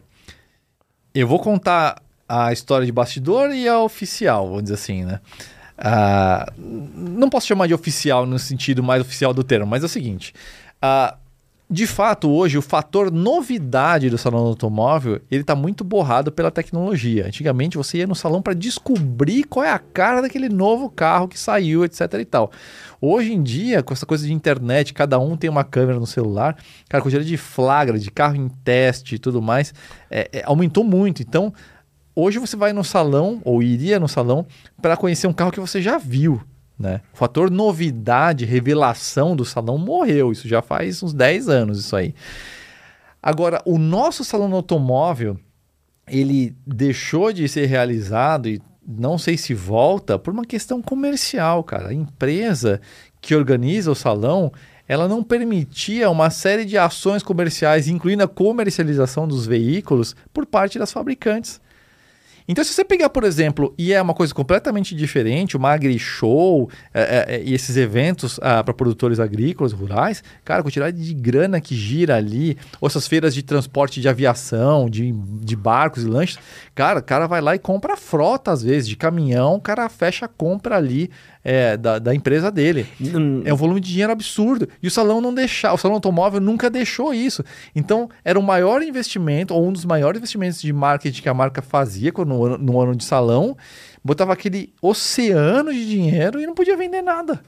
Eu vou contar a história de bastidor e a oficial, vamos dizer assim, né? Ah, não posso chamar de oficial no sentido mais oficial do termo, mas é o seguinte. Ah, de fato, hoje, o fator novidade do salão do automóvel, ele está muito borrado pela tecnologia. Antigamente, você ia no salão para descobrir qual é a cara daquele novo carro que saiu, etc e tal. Hoje em dia, com essa coisa de internet, cada um tem uma câmera no celular, cara, a quantidade de flagra, de carro em teste e tudo mais, é, é, aumentou muito. Então, hoje você vai no salão, ou iria no salão, para conhecer um carro que você já viu, né? O fator novidade, revelação do salão morreu. Isso já faz uns dez anos, isso aí. Agora, o nosso salão do automóvel, ele deixou de ser realizado e não sei se volta por uma questão comercial, cara. A empresa que organiza o salão, ela não permitia uma série de ações comerciais, incluindo a comercialização dos veículos por parte das fabricantes. Então, se você pegar, por exemplo, e é uma coisa completamente diferente, uma agri-show é, é, e esses eventos ah, para produtores agrícolas, rurais, cara, a quantidade de grana que gira ali, ou essas feiras de transporte de aviação, de, de barcos e lanches, cara, o cara vai lá e compra frota, às vezes, de caminhão, o cara fecha a compra ali é, da, da empresa dele. Hum, É um volume de dinheiro absurdo. E o salão não deixava, o salão automóvel nunca deixou isso. Então, era o maior investimento, ou um dos maiores investimentos de marketing que a marca fazia no ano, no ano de salão, botava aquele oceano de dinheiro e não podia vender nada.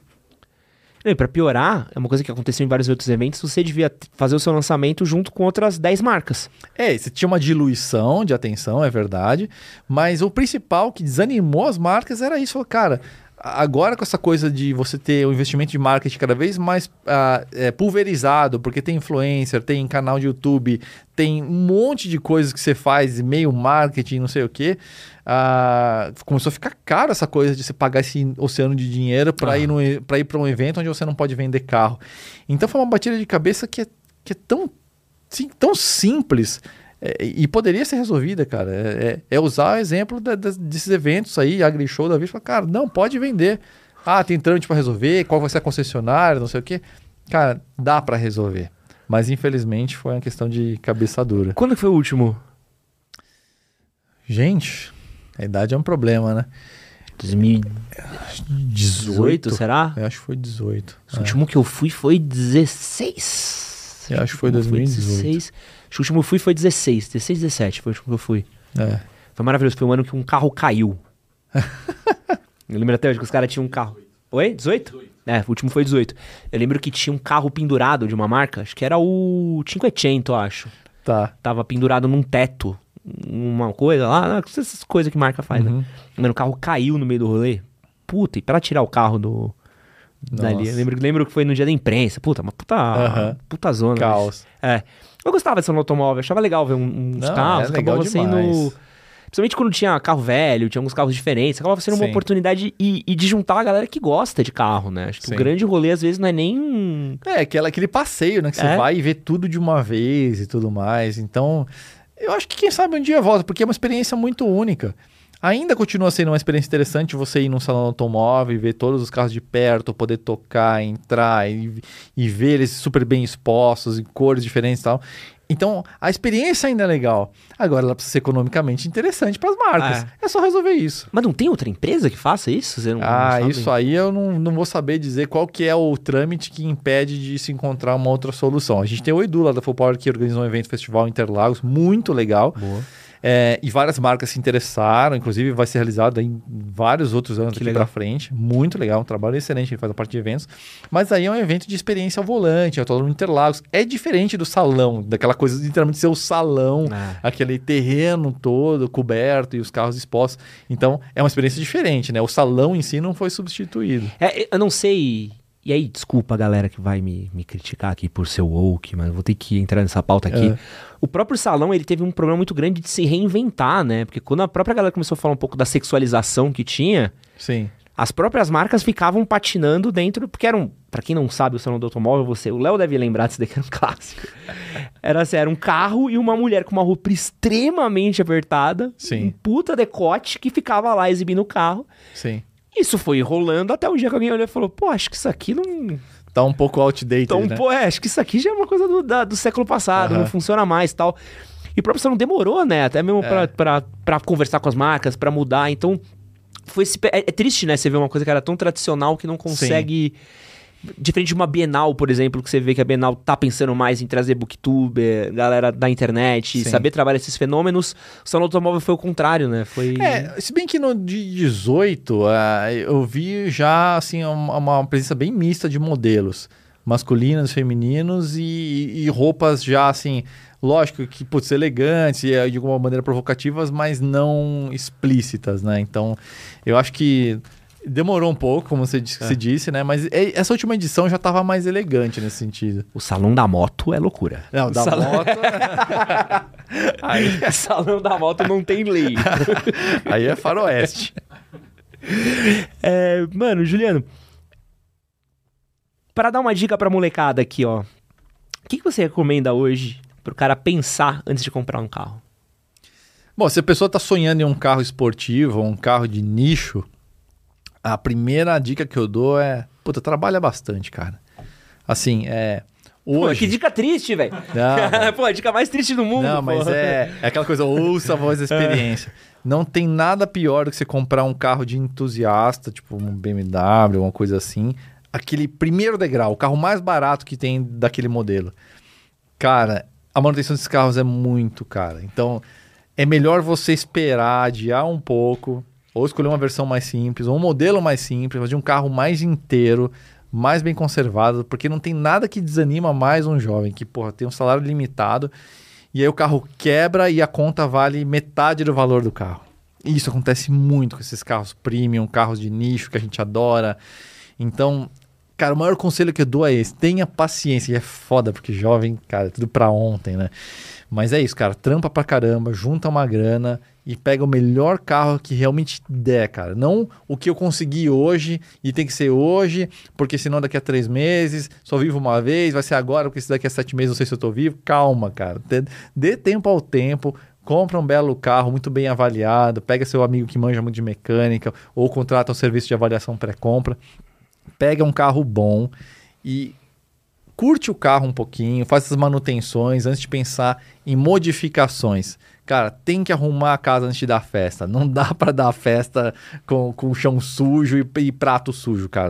E pra piorar, é uma coisa que aconteceu em vários outros eventos, você devia t- fazer o seu lançamento junto com outras dez marcas. É, você tinha uma diluição de atenção, é verdade, mas o principal que desanimou as marcas era isso. Falou, cara, agora com essa coisa de você ter o investimento de marketing cada vez mais ah, é, pulverizado, porque tem influencer, tem canal de YouTube, tem um monte de coisas que você faz, e-mail marketing, não sei o quê, ah, começou a ficar caro essa coisa de você pagar esse oceano de dinheiro para Ah. ir, no- pra ir para um evento onde você não pode vender carro. Então foi uma batida de cabeça que é, que é tão, sim, tão simples. É, e poderia ser resolvida, cara. É, é- é usar o exemplo da- das- desses eventos aí, agri-show da vida, falar, cara, não, pode vender. Ah, tem trâmite para resolver, qual vai ser a concessionária, não sei o quê. Cara, dá para resolver. Mas infelizmente foi uma questão de cabeça dura. Quando que foi o último? Gente, a idade é um problema, né? dois mil e dezoito, será? Eu acho que foi dezoito. O último que eu fui foi dezesseis. Eu acho que foi dois mil e dezoito. Acho que o último que eu fui foi dezesseis. dezesseis, dezessete foi o último que eu fui. É. Foi maravilhoso. Foi um ano que um carro caiu. Eu lembro até hoje que os caras tinham um carro. Oi? dezoito? É, o último foi dezoito. Eu lembro que tinha um carro pendurado de uma marca. Acho que era o Cinquecento, eu acho. Tá. Tava pendurado num teto. Uma coisa lá. Essas coisas que marca faz, Uhum. né? Mano, o carro caiu no meio do rolê. Puta, e pra tirar o carro do... dali. Eu lembro, lembro que foi no dia da imprensa. Puta, uma puta, Uhum. puta zona. Caos. É. Eu gostava de ser um automóvel. Achava legal ver um- uns Não, carros. é legal acabava sendo... demais. Principalmente quando tinha carro velho, tinha alguns carros diferentes. Acabava sendo uma Sim. oportunidade e, e de juntar a galera que gosta de carro, né? Acho que Sim. o grande rolê, às vezes, não é nem... É, aquela, aquele passeio, né? Que você É. vai e vê tudo de uma vez e tudo mais. Então, eu acho que quem sabe um dia volta, porque é uma experiência muito única. Ainda continua sendo uma experiência interessante você ir num salão automóvel e ver todos os carros de perto, poder tocar, entrar e, e ver eles super bem expostos, em cores diferentes e tal. Então, a experiência ainda é legal. Agora, ela precisa ser economicamente interessante para as marcas. É. é só resolver isso. Mas não tem outra empresa que faça isso? Você não, Ah, não sabe? isso aí eu não, não vou saber dizer qual que é o trâmite que impede de se encontrar uma outra solução. A gente tem o Edu lá da Full Power que organizou um evento festival em Interlagos, muito legal. Boa. É, e várias marcas se interessaram, inclusive vai ser realizado em vários outros anos Que daqui legal. pra frente. Muito legal, um trabalho excelente, ele faz a parte de eventos. Mas aí é um evento de experiência ao volante, é todo no Interlagos. É diferente do salão, daquela coisa de literalmente ser o salão, Ah. aquele terreno todo coberto e os carros expostos. Então é uma experiência diferente, né? O salão em si não foi substituído. É, eu não sei... E aí, desculpa a galera que vai me, me criticar aqui por ser woke, mas eu vou ter que entrar nessa pauta aqui. É. O próprio salão, ele teve um problema muito grande de se reinventar, né? Porque quando a própria galera começou a falar um pouco da sexualização que tinha, Sim. as próprias marcas ficavam patinando dentro, porque eram, pra quem não sabe, o salão do automóvel, você, o Léo deve lembrar disso daqui, era um clássico. Era assim, era um carro e uma mulher com uma roupa extremamente apertada, Sim. um puta decote que ficava lá exibindo o carro. Sim. Isso foi rolando até um dia que alguém olhou e falou, pô, acho que isso aqui não... Tá um pouco outdated, Então, né? pô, é, acho que isso aqui já é uma coisa do, da- do século passado, Aham. não funciona mais e tal. E o próprio salão demorou, né? Até mesmo É. pra, pra, pra conversar com as marcas, pra mudar. Então, foi esse pe- é, é triste, né? Você ver uma coisa que era tão tradicional que não consegue... Diferente de uma Bienal, por exemplo, que você vê que a Bienal tá pensando mais em trazer booktuber, galera da internet, Sim. saber trabalhar esses fenômenos. O salão do automóvel foi o contrário, né? Foi... É, se bem que no de dezoito, ah, eu vi já assim, uma, uma presença bem mista de modelos. Masculinos, femininos e, e roupas já assim, lógico que putz, elegantes e de alguma maneira provocativas, mas não explícitas, né? Então, eu acho que demorou um pouco, como você disse, É. se disse, né? Mas é- essa última edição já estava mais elegante nesse sentido. O salão da moto é loucura. Não, O da salão... moto, aí, O salão da moto não tem lei. aí é faroeste. É, mano, Juliano, para dar uma dica pra molecada aqui, ó. O que, que você recomenda hoje pro cara pensar antes de comprar um carro? Bom, se a pessoa está sonhando em um carro esportivo, um carro de nicho, a primeira dica que eu dou é, puta, trabalha bastante, cara. Assim, é... Pô, Hoje... que dica triste, velho. Não, Pô, a dica mais triste do mundo. não, mas pô. é, é aquela coisa, ouça a voz da experiência. Não tem nada pior do que você comprar um carro de entusiasta, tipo um B M W, uma coisa assim. Aquele primeiro degrau, o carro mais barato que tem daquele modelo. Cara, a manutenção desses carros é muito cara. Então, é melhor você esperar, adiar um pouco, ou escolher uma versão mais simples, ou um modelo mais simples, mas de um carro mais inteiro, mais bem conservado, porque não tem nada que desanima mais um jovem que, porra, tem um salário limitado e aí o carro quebra e a conta vale metade do valor do carro. E isso acontece muito com esses carros premium, carros de nicho que a gente adora. Então, cara, o maior conselho que eu dou é esse, tenha paciência. E é foda, porque jovem, cara, é tudo pra ontem, né? Mas é isso, cara, trampa pra caramba, junta uma grana e pega o melhor carro que realmente der, cara. Não o que eu consegui hoje e tem que ser hoje, porque senão daqui a três meses, só vivo uma vez, vai ser agora, porque se daqui a sete meses não sei se eu tô vivo. Calma, cara. Dê, dê tempo ao tempo, compra um belo carro, muito bem avaliado, pega seu amigo que manja muito de mecânica ou contrata um serviço de avaliação pré-compra. Pega um carro bom e curte o carro um pouquinho, faz essas manutenções antes de pensar em modificações. Cara, tem que arrumar a casa antes de dar festa. Não dá pra dar festa com, com chão sujo e, e prato sujo, cara.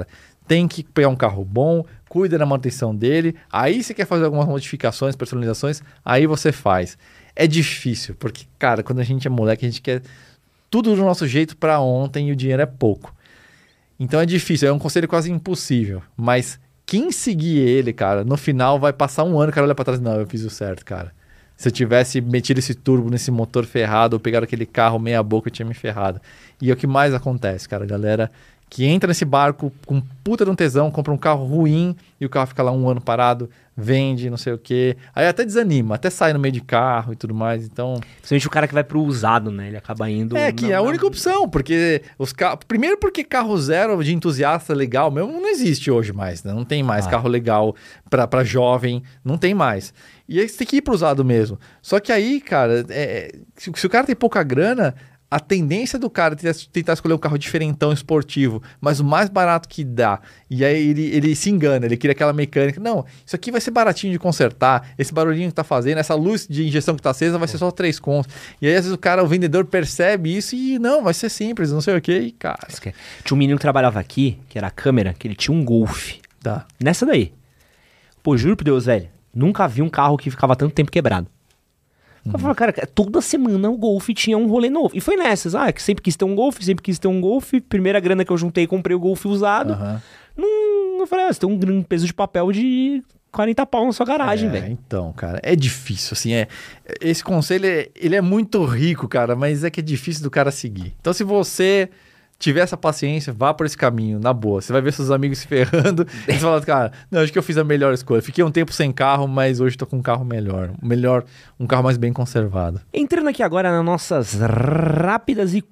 tem que pegar um carro bom, cuida da manutenção dele, aí você quer fazer algumas modificações, personalizações, aí você faz. É difícil, porque, cara, quando a gente é moleque, a gente quer tudo do nosso jeito para ontem e o dinheiro é pouco. Então é difícil, é um conselho quase impossível, mas quem seguir ele, cara, no final vai passar um ano, o cara olha pra trás, não, eu fiz o certo, cara. Se eu tivesse metido esse turbo nesse motor ferrado, ou pegado aquele carro meia boca, eu tinha me ferrado. E é o que mais acontece, cara, galera que entra nesse barco com puta de um tesão, compra um carro ruim e o carro fica lá um ano parado, vende, não sei o quê. Aí até desanima, até sai no meio de carro e tudo mais, então... Principalmente o cara que vai pro usado, né? Ele acaba indo... É, que na, é a na... única opção, porque os carros... Primeiro porque carro zero de entusiasta legal mesmo não existe hoje mais, né? Não tem mais ah. carro legal pra, pra jovem, não tem mais. E aí você tem que ir pro usado mesmo. Só que aí, cara, é, se, se o cara tem pouca grana... A tendência do cara é tentar escolher um carro diferentão, esportivo, mas o mais barato que dá. E aí ele, ele se engana, ele cria aquela mecânica. Não, isso aqui vai ser baratinho de consertar, esse barulhinho que tá fazendo, essa luz de injeção que tá acesa vai ser só três contos. E aí às vezes o cara, o vendedor percebe isso e não, vai ser simples, não sei o que, e cara... Tinha um menino que trabalhava aqui, que era a câmera, que ele tinha um Golf. Tá. Nessa daí. Pô, juro por Deus, velho, nunca vi um carro que ficava tanto tempo quebrado. Eu falei, cara, toda semana o Golf tinha um rolê novo. E foi nessas. Ah, que sempre quis ter um Golf, sempre quis ter um Golf. Primeira grana que eu juntei, comprei o Golf usado. Uhum. Não, eu falei, ah, você tem um peso de papel de quarenta pau na sua garagem, é, velho. Então, cara, é difícil, assim, é... Esse conselho, é, ele é muito rico, cara, mas é que é difícil do cara seguir. Então, se você... tiver essa paciência, vá por esse caminho, na boa. Você vai ver seus amigos se ferrando e você fala, cara, não, acho que eu fiz a melhor escolha. Fiquei um tempo sem carro, mas hoje tô com um carro melhor. Melhor, um carro mais bem conservado. Entrando aqui agora nas nossas rápidas e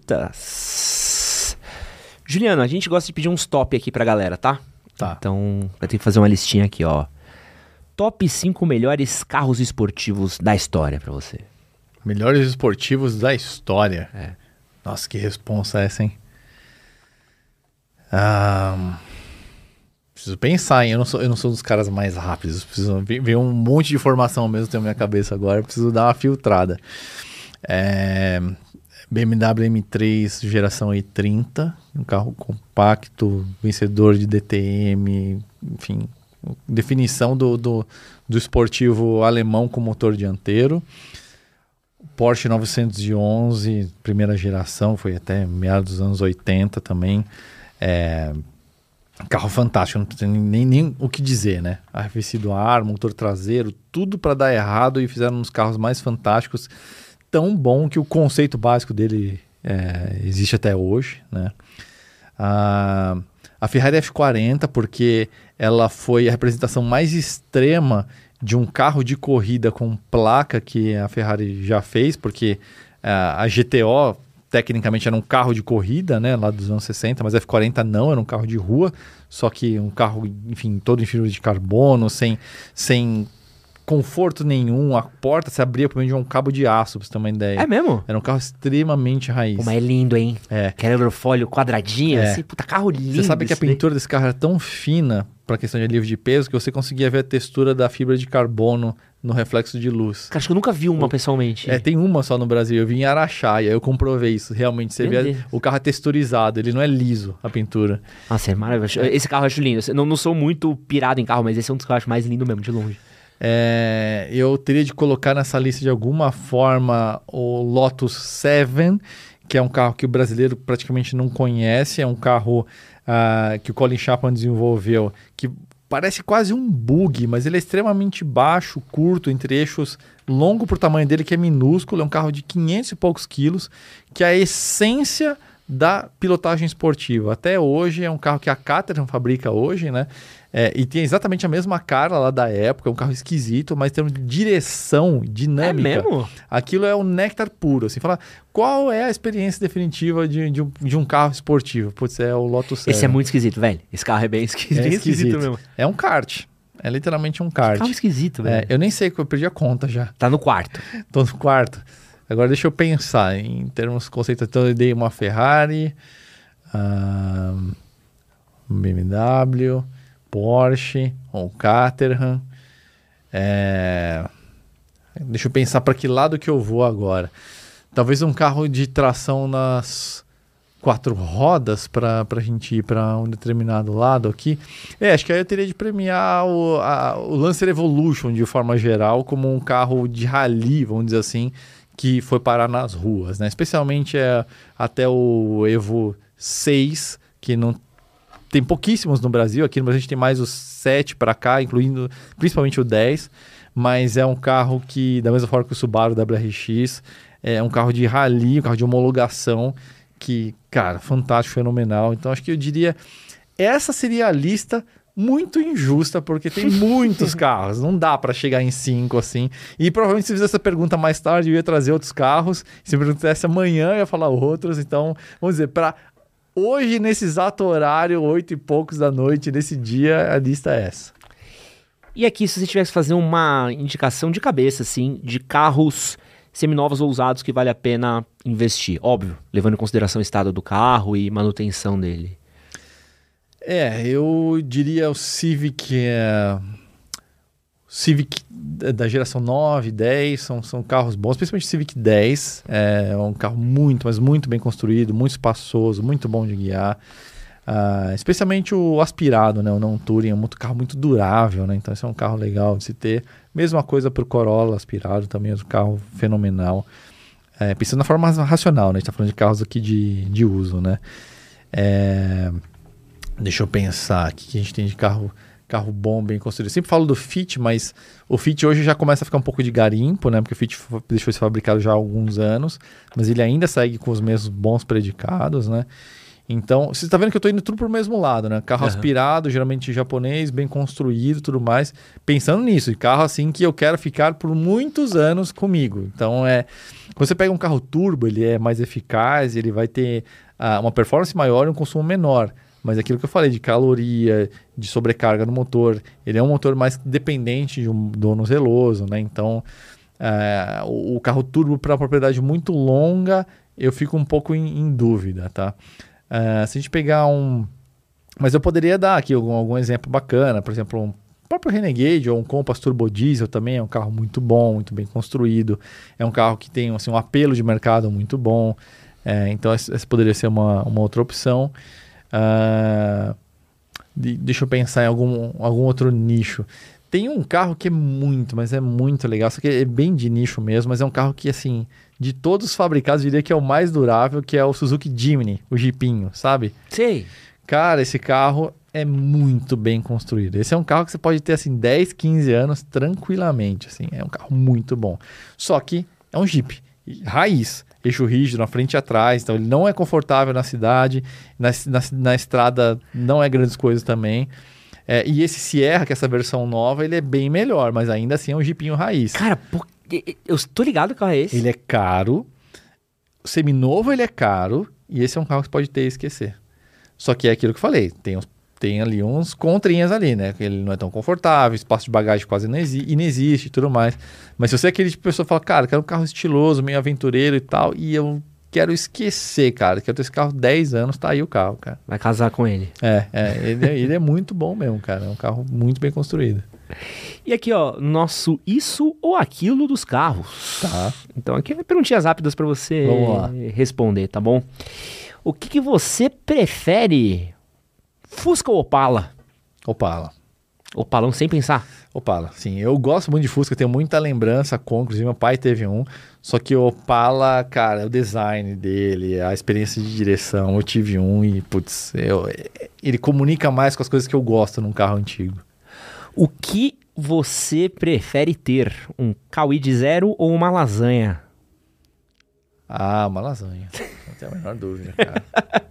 curtas. Juliano, a gente gosta de pedir uns top aqui pra galera, tá? Tá. Então, vai ter que fazer uma listinha aqui, ó. Top cinco melhores carros esportivos da história pra você. Melhores esportivos da história? É. Nossa, que responsa essa, hein? Ah, preciso pensar, hein? Eu não sou, eu não sou dos caras mais rápidos. Preciso ver, ver um monte de informação mesmo que tem na minha cabeça agora. Preciso dar uma filtrada. É, B M W M três geração E trinta. Um carro compacto, vencedor de D T M. Enfim, definição do, do, do esportivo alemão com motor dianteiro. Porsche novecentos e onze, primeira geração, foi até meados dos anos oitenta também. É, carro fantástico, não tem nem, nem o que dizer, né? Arrefecido a ar, motor traseiro, tudo para dar errado e fizeram uns carros mais fantásticos. Tão bom que o conceito básico dele é, existe até hoje, né? A, a Ferrari F quarenta, porque ela foi a representação mais extrema de um carro de corrida com placa que a Ferrari já fez, porque uh, a G T O tecnicamente era um carro de corrida, né, lá dos anos sessenta, mas a F quarenta não, era um carro de rua, só que um carro, enfim, todo em fibra de carbono, sem, sem conforto nenhum, a porta se abria por meio de um cabo de aço, pra você ter uma ideia. É mesmo? Era um carro extremamente raiz. Pô, mas é lindo, hein? É. Aquele aerofólio quadradinho, É. assim, puta, carro lindo. Você sabe que a isso daí. pintura desse carro era tão fina para questão de alívio de peso que você conseguia ver a textura da fibra de carbono no reflexo de luz. Cara, acho que eu nunca vi uma O- pessoalmente. É, tem uma só no Brasil. Eu vim em Araxá e aí eu comprovei isso. Realmente, você Meu vê Deus. o carro é texturizado, ele não é liso, a pintura. Nossa, é maravilhoso. Esse carro eu acho lindo. Eu não, não sou muito pirado em carro, mas esse é um dos que eu acho mais lindo mesmo, de longe. É, eu teria de colocar nessa lista de alguma forma o Lotus sete, que é um carro que o brasileiro praticamente não conhece. É um carro ah, que o Colin Chapman desenvolveu, que parece quase um bug, mas ele é extremamente baixo, curto, entre eixos, longo por tamanho dele, que é minúsculo. É um carro de quinhentos e poucos quilos, que é a essência da pilotagem esportiva. Até hoje é um carro que a Caterham fabrica hoje, né? É, e tem exatamente a mesma cara lá da época, é um carro esquisito, mas tem uma direção dinâmica. É mesmo? Aquilo é um néctar puro, assim, falar qual é a experiência definitiva de, de, um, de um carro esportivo? Putz, é o Lotus sete. Esse é muito esquisito, velho. Esse carro é bem esquisito, É bem esquisito. esquisito mesmo. É um kart, é literalmente um kart. Carro esquisito, É, velho. eu nem sei, eu perdi a conta já, Tá no quarto. tô no quarto. Agora deixa eu pensar em termos conceitos. Então eu dei uma Ferrari, ah, um B M W, Porsche, um Caterham. É... Deixa eu pensar para que lado que eu vou agora. Talvez um carro de tração nas quatro rodas para a gente ir para um determinado lado aqui. É, acho que aí eu teria de premiar o, a, o Lancer Evolution de forma geral como um carro de rally, vamos dizer assim, que foi parar nas ruas, né? Especialmente é, até o Evo seis, que não tem pouquíssimos no Brasil. Aqui no Brasil a gente tem mais os sete para cá, incluindo principalmente o dez, mas é um carro que, da mesma forma que o Subaru W R X, é um carro de rally, um carro de homologação, que, cara, fantástico, fenomenal. Então, acho que eu diria, essa seria a lista muito injusta, porque tem muitos carros, não dá para chegar em cinco assim. E provavelmente se fizesse essa pergunta mais tarde, eu ia trazer outros carros. Se me perguntasse amanhã, eu ia falar outros. Então, vamos dizer, para hoje, nesse exato horário, oito e poucos da noite, nesse dia, a lista é essa. E aqui, se você tivesse que fazer uma indicação de cabeça, assim, de carros seminovos ou usados que vale a pena investir, óbvio, levando em consideração o estado do carro e manutenção dele. É, eu diria o Civic, é... Civic da geração nove, dez, são, são carros bons, principalmente o Civic dez, é um carro muito, mas muito bem construído, muito espaçoso, muito bom de guiar. Uh, especialmente o aspirado, né? O não Touring é um carro muito durável, né? Então esse é um carro legal de se ter. Mesma coisa para o Corolla aspirado, também é um carro fenomenal. É, pensando na forma racional, né? A gente está falando de carros aqui de, de uso, né? É, deixa eu pensar, o que a gente tem de carro, carro bom, bem construído. Eu sempre falo do Fit, mas o Fit hoje já começa a ficar um pouco de garimpo, né? Porque o Fit deixou de ser fabricado já há alguns anos, mas ele ainda segue com os mesmos bons predicados, né? Então, você está vendo que eu estou indo tudo para o mesmo lado, né? Carro uhum. aspirado, geralmente japonês, bem construído e tudo mais. Pensando nisso, carro assim que eu quero ficar por muitos anos comigo. Então, é, quando você pega um carro turbo, ele é mais eficaz, ele vai ter uh, uma performance maior e um consumo menor. Mas aquilo que eu falei de caloria, de sobrecarga no motor, ele é um motor mais dependente de um dono zeloso, né? Então, uh, o, o carro turbo para propriedade muito longa, eu fico um pouco em, em dúvida, tá? Uh, se a gente pegar um... Mas eu poderia dar aqui algum, algum exemplo bacana. Por exemplo, um próprio Renegade ou um Compass Turbo Diesel também é um carro muito bom, muito bem construído. É um carro que tem assim, um apelo de mercado muito bom. É, então essa poderia ser uma, uma outra opção. Uh, de, deixa eu pensar em algum, algum outro nicho. Tem um carro que é muito, mas é muito legal. Só que é bem de nicho mesmo, mas é um carro que, assim, de todos os fabricados, eu diria que é o mais durável, que é o Suzuki Jimny, o Jeepinho, sabe? Sei. Cara, esse carro é muito bem construído. Esse é um carro que você pode ter, assim, dez, quinze anos tranquilamente, assim. É um carro muito bom. Só que é um Jeep raiz, eixo rígido na frente e atrás, então ele não é confortável na cidade, na, na, na estrada não é grandes coisas também. É, e esse Sierra, que é essa versão nova, ele é bem melhor, mas ainda assim é um Jeepinho raiz. Cara, por... eu tô ligado que carro é esse. Ele é caro, o seminovo ele é caro, e esse é um carro que você pode ter e esquecer. Só que é aquilo que eu falei, tem, uns, tem ali uns contrainhas ali, né? Ele não é tão confortável, espaço de bagagem quase não existe, inexiste e tudo mais. Mas se você é aquele tipo de pessoa que fala, cara, quero um carro estiloso, meio aventureiro e tal, e eu quero esquecer, cara, quero ter esse carro dez anos, tá aí o carro, cara. Vai casar com ele. É, é ele, é ele é muito bom mesmo, cara. É um carro muito bem construído. E aqui, ó, nosso isso ou aquilo dos carros. Tá. Então aqui é perguntinhas rápidas pra você responder, tá bom? O que, que você prefere? Fusca ou Opala? Opala. Opalão sem pensar? Opala, sim. Eu gosto muito de Fusca, tenho muita lembrança com, inclusive meu pai teve um. Só que o Opala, cara, o design dele, a experiência de direção, eu tive um e, putz, eu, ele comunica mais com as coisas que eu gosto num carro antigo. O que você prefere ter? Um Kwid Zero ou uma lasanha? Ah, uma lasanha. Não tenho a menor dúvida, cara.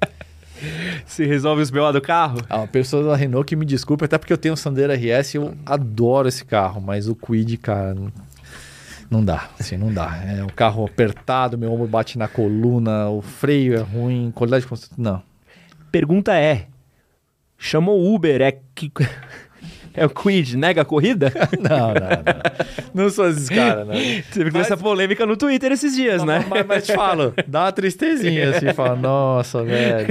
Você resolve os B O do carro? Ah, uma pessoa da Renault que me desculpe, até porque eu tenho o Sandero R S e eu adoro esse carro, mas o Kwid, cara, não, não dá, assim, não dá. É um carro apertado, meu ombro bate na coluna, o freio é ruim, qualidade de construção, não. Pergunta é, chamou o Uber, é que... É o Kwid, nega a corrida? Não, não, não. Não sou esses caras, não. Você viu essa polêmica no Twitter esses dias, mas, né? Mas, mas te falo, dá uma tristezinha assim, fala, nossa, velho.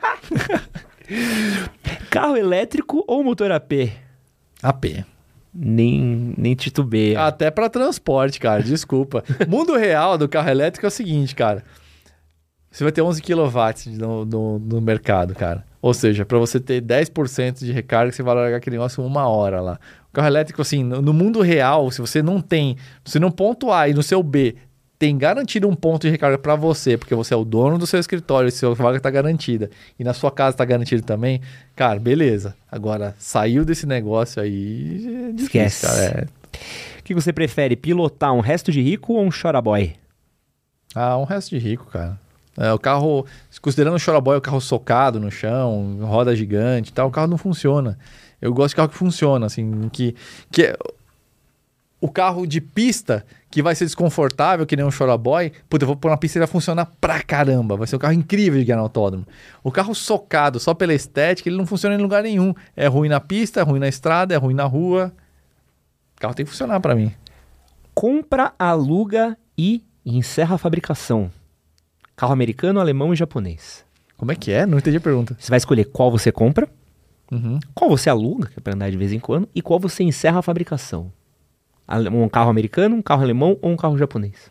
Carro elétrico ou motor A P? A P. Nem, nem titubeia. Até pra transporte, cara, desculpa. Mundo real do carro elétrico é o seguinte, cara. você vai ter onze quilowatts no, no, no mercado, cara. Ou seja, para você ter dez por cento de recarga, você vai largar aquele negócio em uma hora lá. O carro elétrico, assim, no, no mundo real, se você não tem, se no ponto A e no seu B tem garantido um ponto de recarga para você, porque você é o dono do seu escritório, sua vaga está garantida, e na sua casa está garantido também, cara, beleza. Agora, saiu desse negócio aí, é difícil, esquece. Cara. É... O que você prefere, pilotar um resto de rico ou um choraboy? Ah, um resto de rico, cara. É, o carro, considerando o choraboy, o carro socado no chão, roda gigante e tal, o carro não funciona. Eu gosto de carro que funciona, assim, que, que é o carro de pista que vai ser desconfortável, que nem um choraboy, puta, eu vou pôr na pista e vai funcionar pra caramba, vai ser um carro incrível de guiar no autódromo. O carro socado só pela estética, ele não funciona em lugar nenhum. É ruim na pista, é ruim na estrada, é ruim na rua. O carro tem que funcionar pra mim. Compra, aluga e encerra a fabricação. Carro americano, alemão e japonês. Como é que é? Não entendi a pergunta. Você vai escolher qual você compra, Uhum. qual você aluga, que é pra andar de vez em quando, e qual você encerra a fabricação. Um carro americano, um carro alemão ou um carro japonês.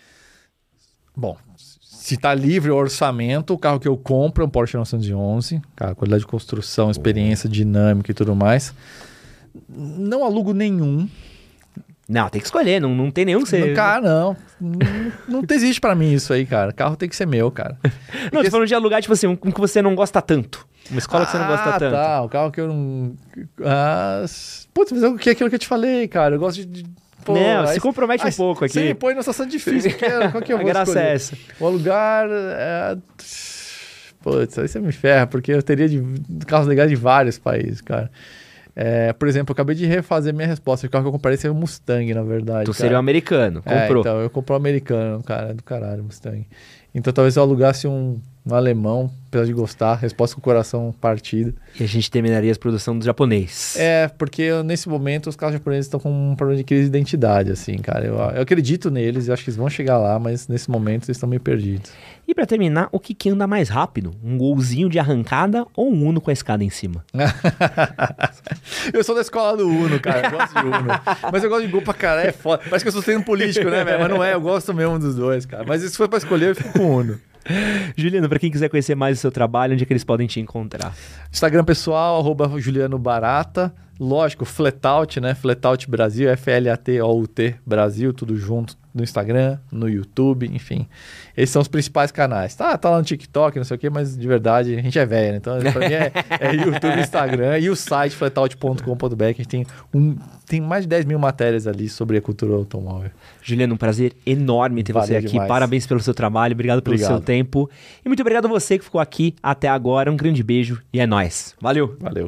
Bom, se tá livre o orçamento, o carro que eu compro é um Porsche novecentos e onze. Cara, qualidade de construção, experiência dinâmica e tudo mais. Não alugo nenhum. Não, tem que escolher, não, não tem nenhum que você... Não, cara, não. Não, não existe pra mim isso aí, cara. Carro tem que ser meu, cara. Não, tô falando de alugar, tipo assim, um que você não gosta tanto. Uma escola ah, que você não gosta tanto. Ah, tá. O carro que eu não... Ah, putz, mas é aquilo que eu te falei, cara. Eu gosto de... Pô, não, aí, se compromete aí, um pouco aqui. Você me põe numa situação difícil. Que é, qual que eu vou A graça escolher? é essa. O alugar... É... Putz, aí você me ferra, porque eu teria de... carros legais de vários países, cara. É, por exemplo, eu acabei de refazer minha resposta. O carro que eu comprei seria um Mustang, na verdade. Tu seria um americano, comprou. É, então, eu comprei um americano, cara, é do caralho, Mustang. Então talvez eu alugasse um, um alemão, apesar de gostar, resposta com o coração partido. E a gente terminaria a produção do japonês. É, porque eu, nesse momento os carros japoneses estão com um problema de crise de identidade, assim, cara. Eu, eu acredito neles, eu acho que eles vão chegar lá, mas nesse momento eles estão meio perdidos. E pra terminar, o que, que anda mais rápido? Um golzinho de arrancada ou um Uno com a escada em cima? Eu sou da escola do Uno, cara, eu gosto de Uno. Mas eu gosto de Gol pra caralho, é foda. Parece que eu sou sendo político, né, velho? Mas não é, eu gosto mesmo dos dois, cara. Mas se for pra escolher, eu fico com o Uno. Juliano, pra quem quiser conhecer mais o seu trabalho, onde é que eles podem te encontrar? Instagram pessoal, arroba Juliano Barata. Lógico, Flatout, né? Flatout Brasil, F L A T O U T Brasil, tudo junto no Instagram, no YouTube, enfim. Esses são os principais canais. Tá, tá lá no TikTok, não sei o quê, mas de verdade, a gente é velho, né? Então, pra mim é, é YouTube, Instagram e o site flatout ponto com ponto b r, que a gente tem, um, tem mais de dez mil matérias ali sobre a cultura automóvel. Juliano, um prazer enorme ter Valeu você aqui. demais. Parabéns pelo seu trabalho, obrigado pelo Obrigado. seu tempo. E muito obrigado a você que ficou aqui até agora. Um grande beijo e é nóis. Valeu! Valeu.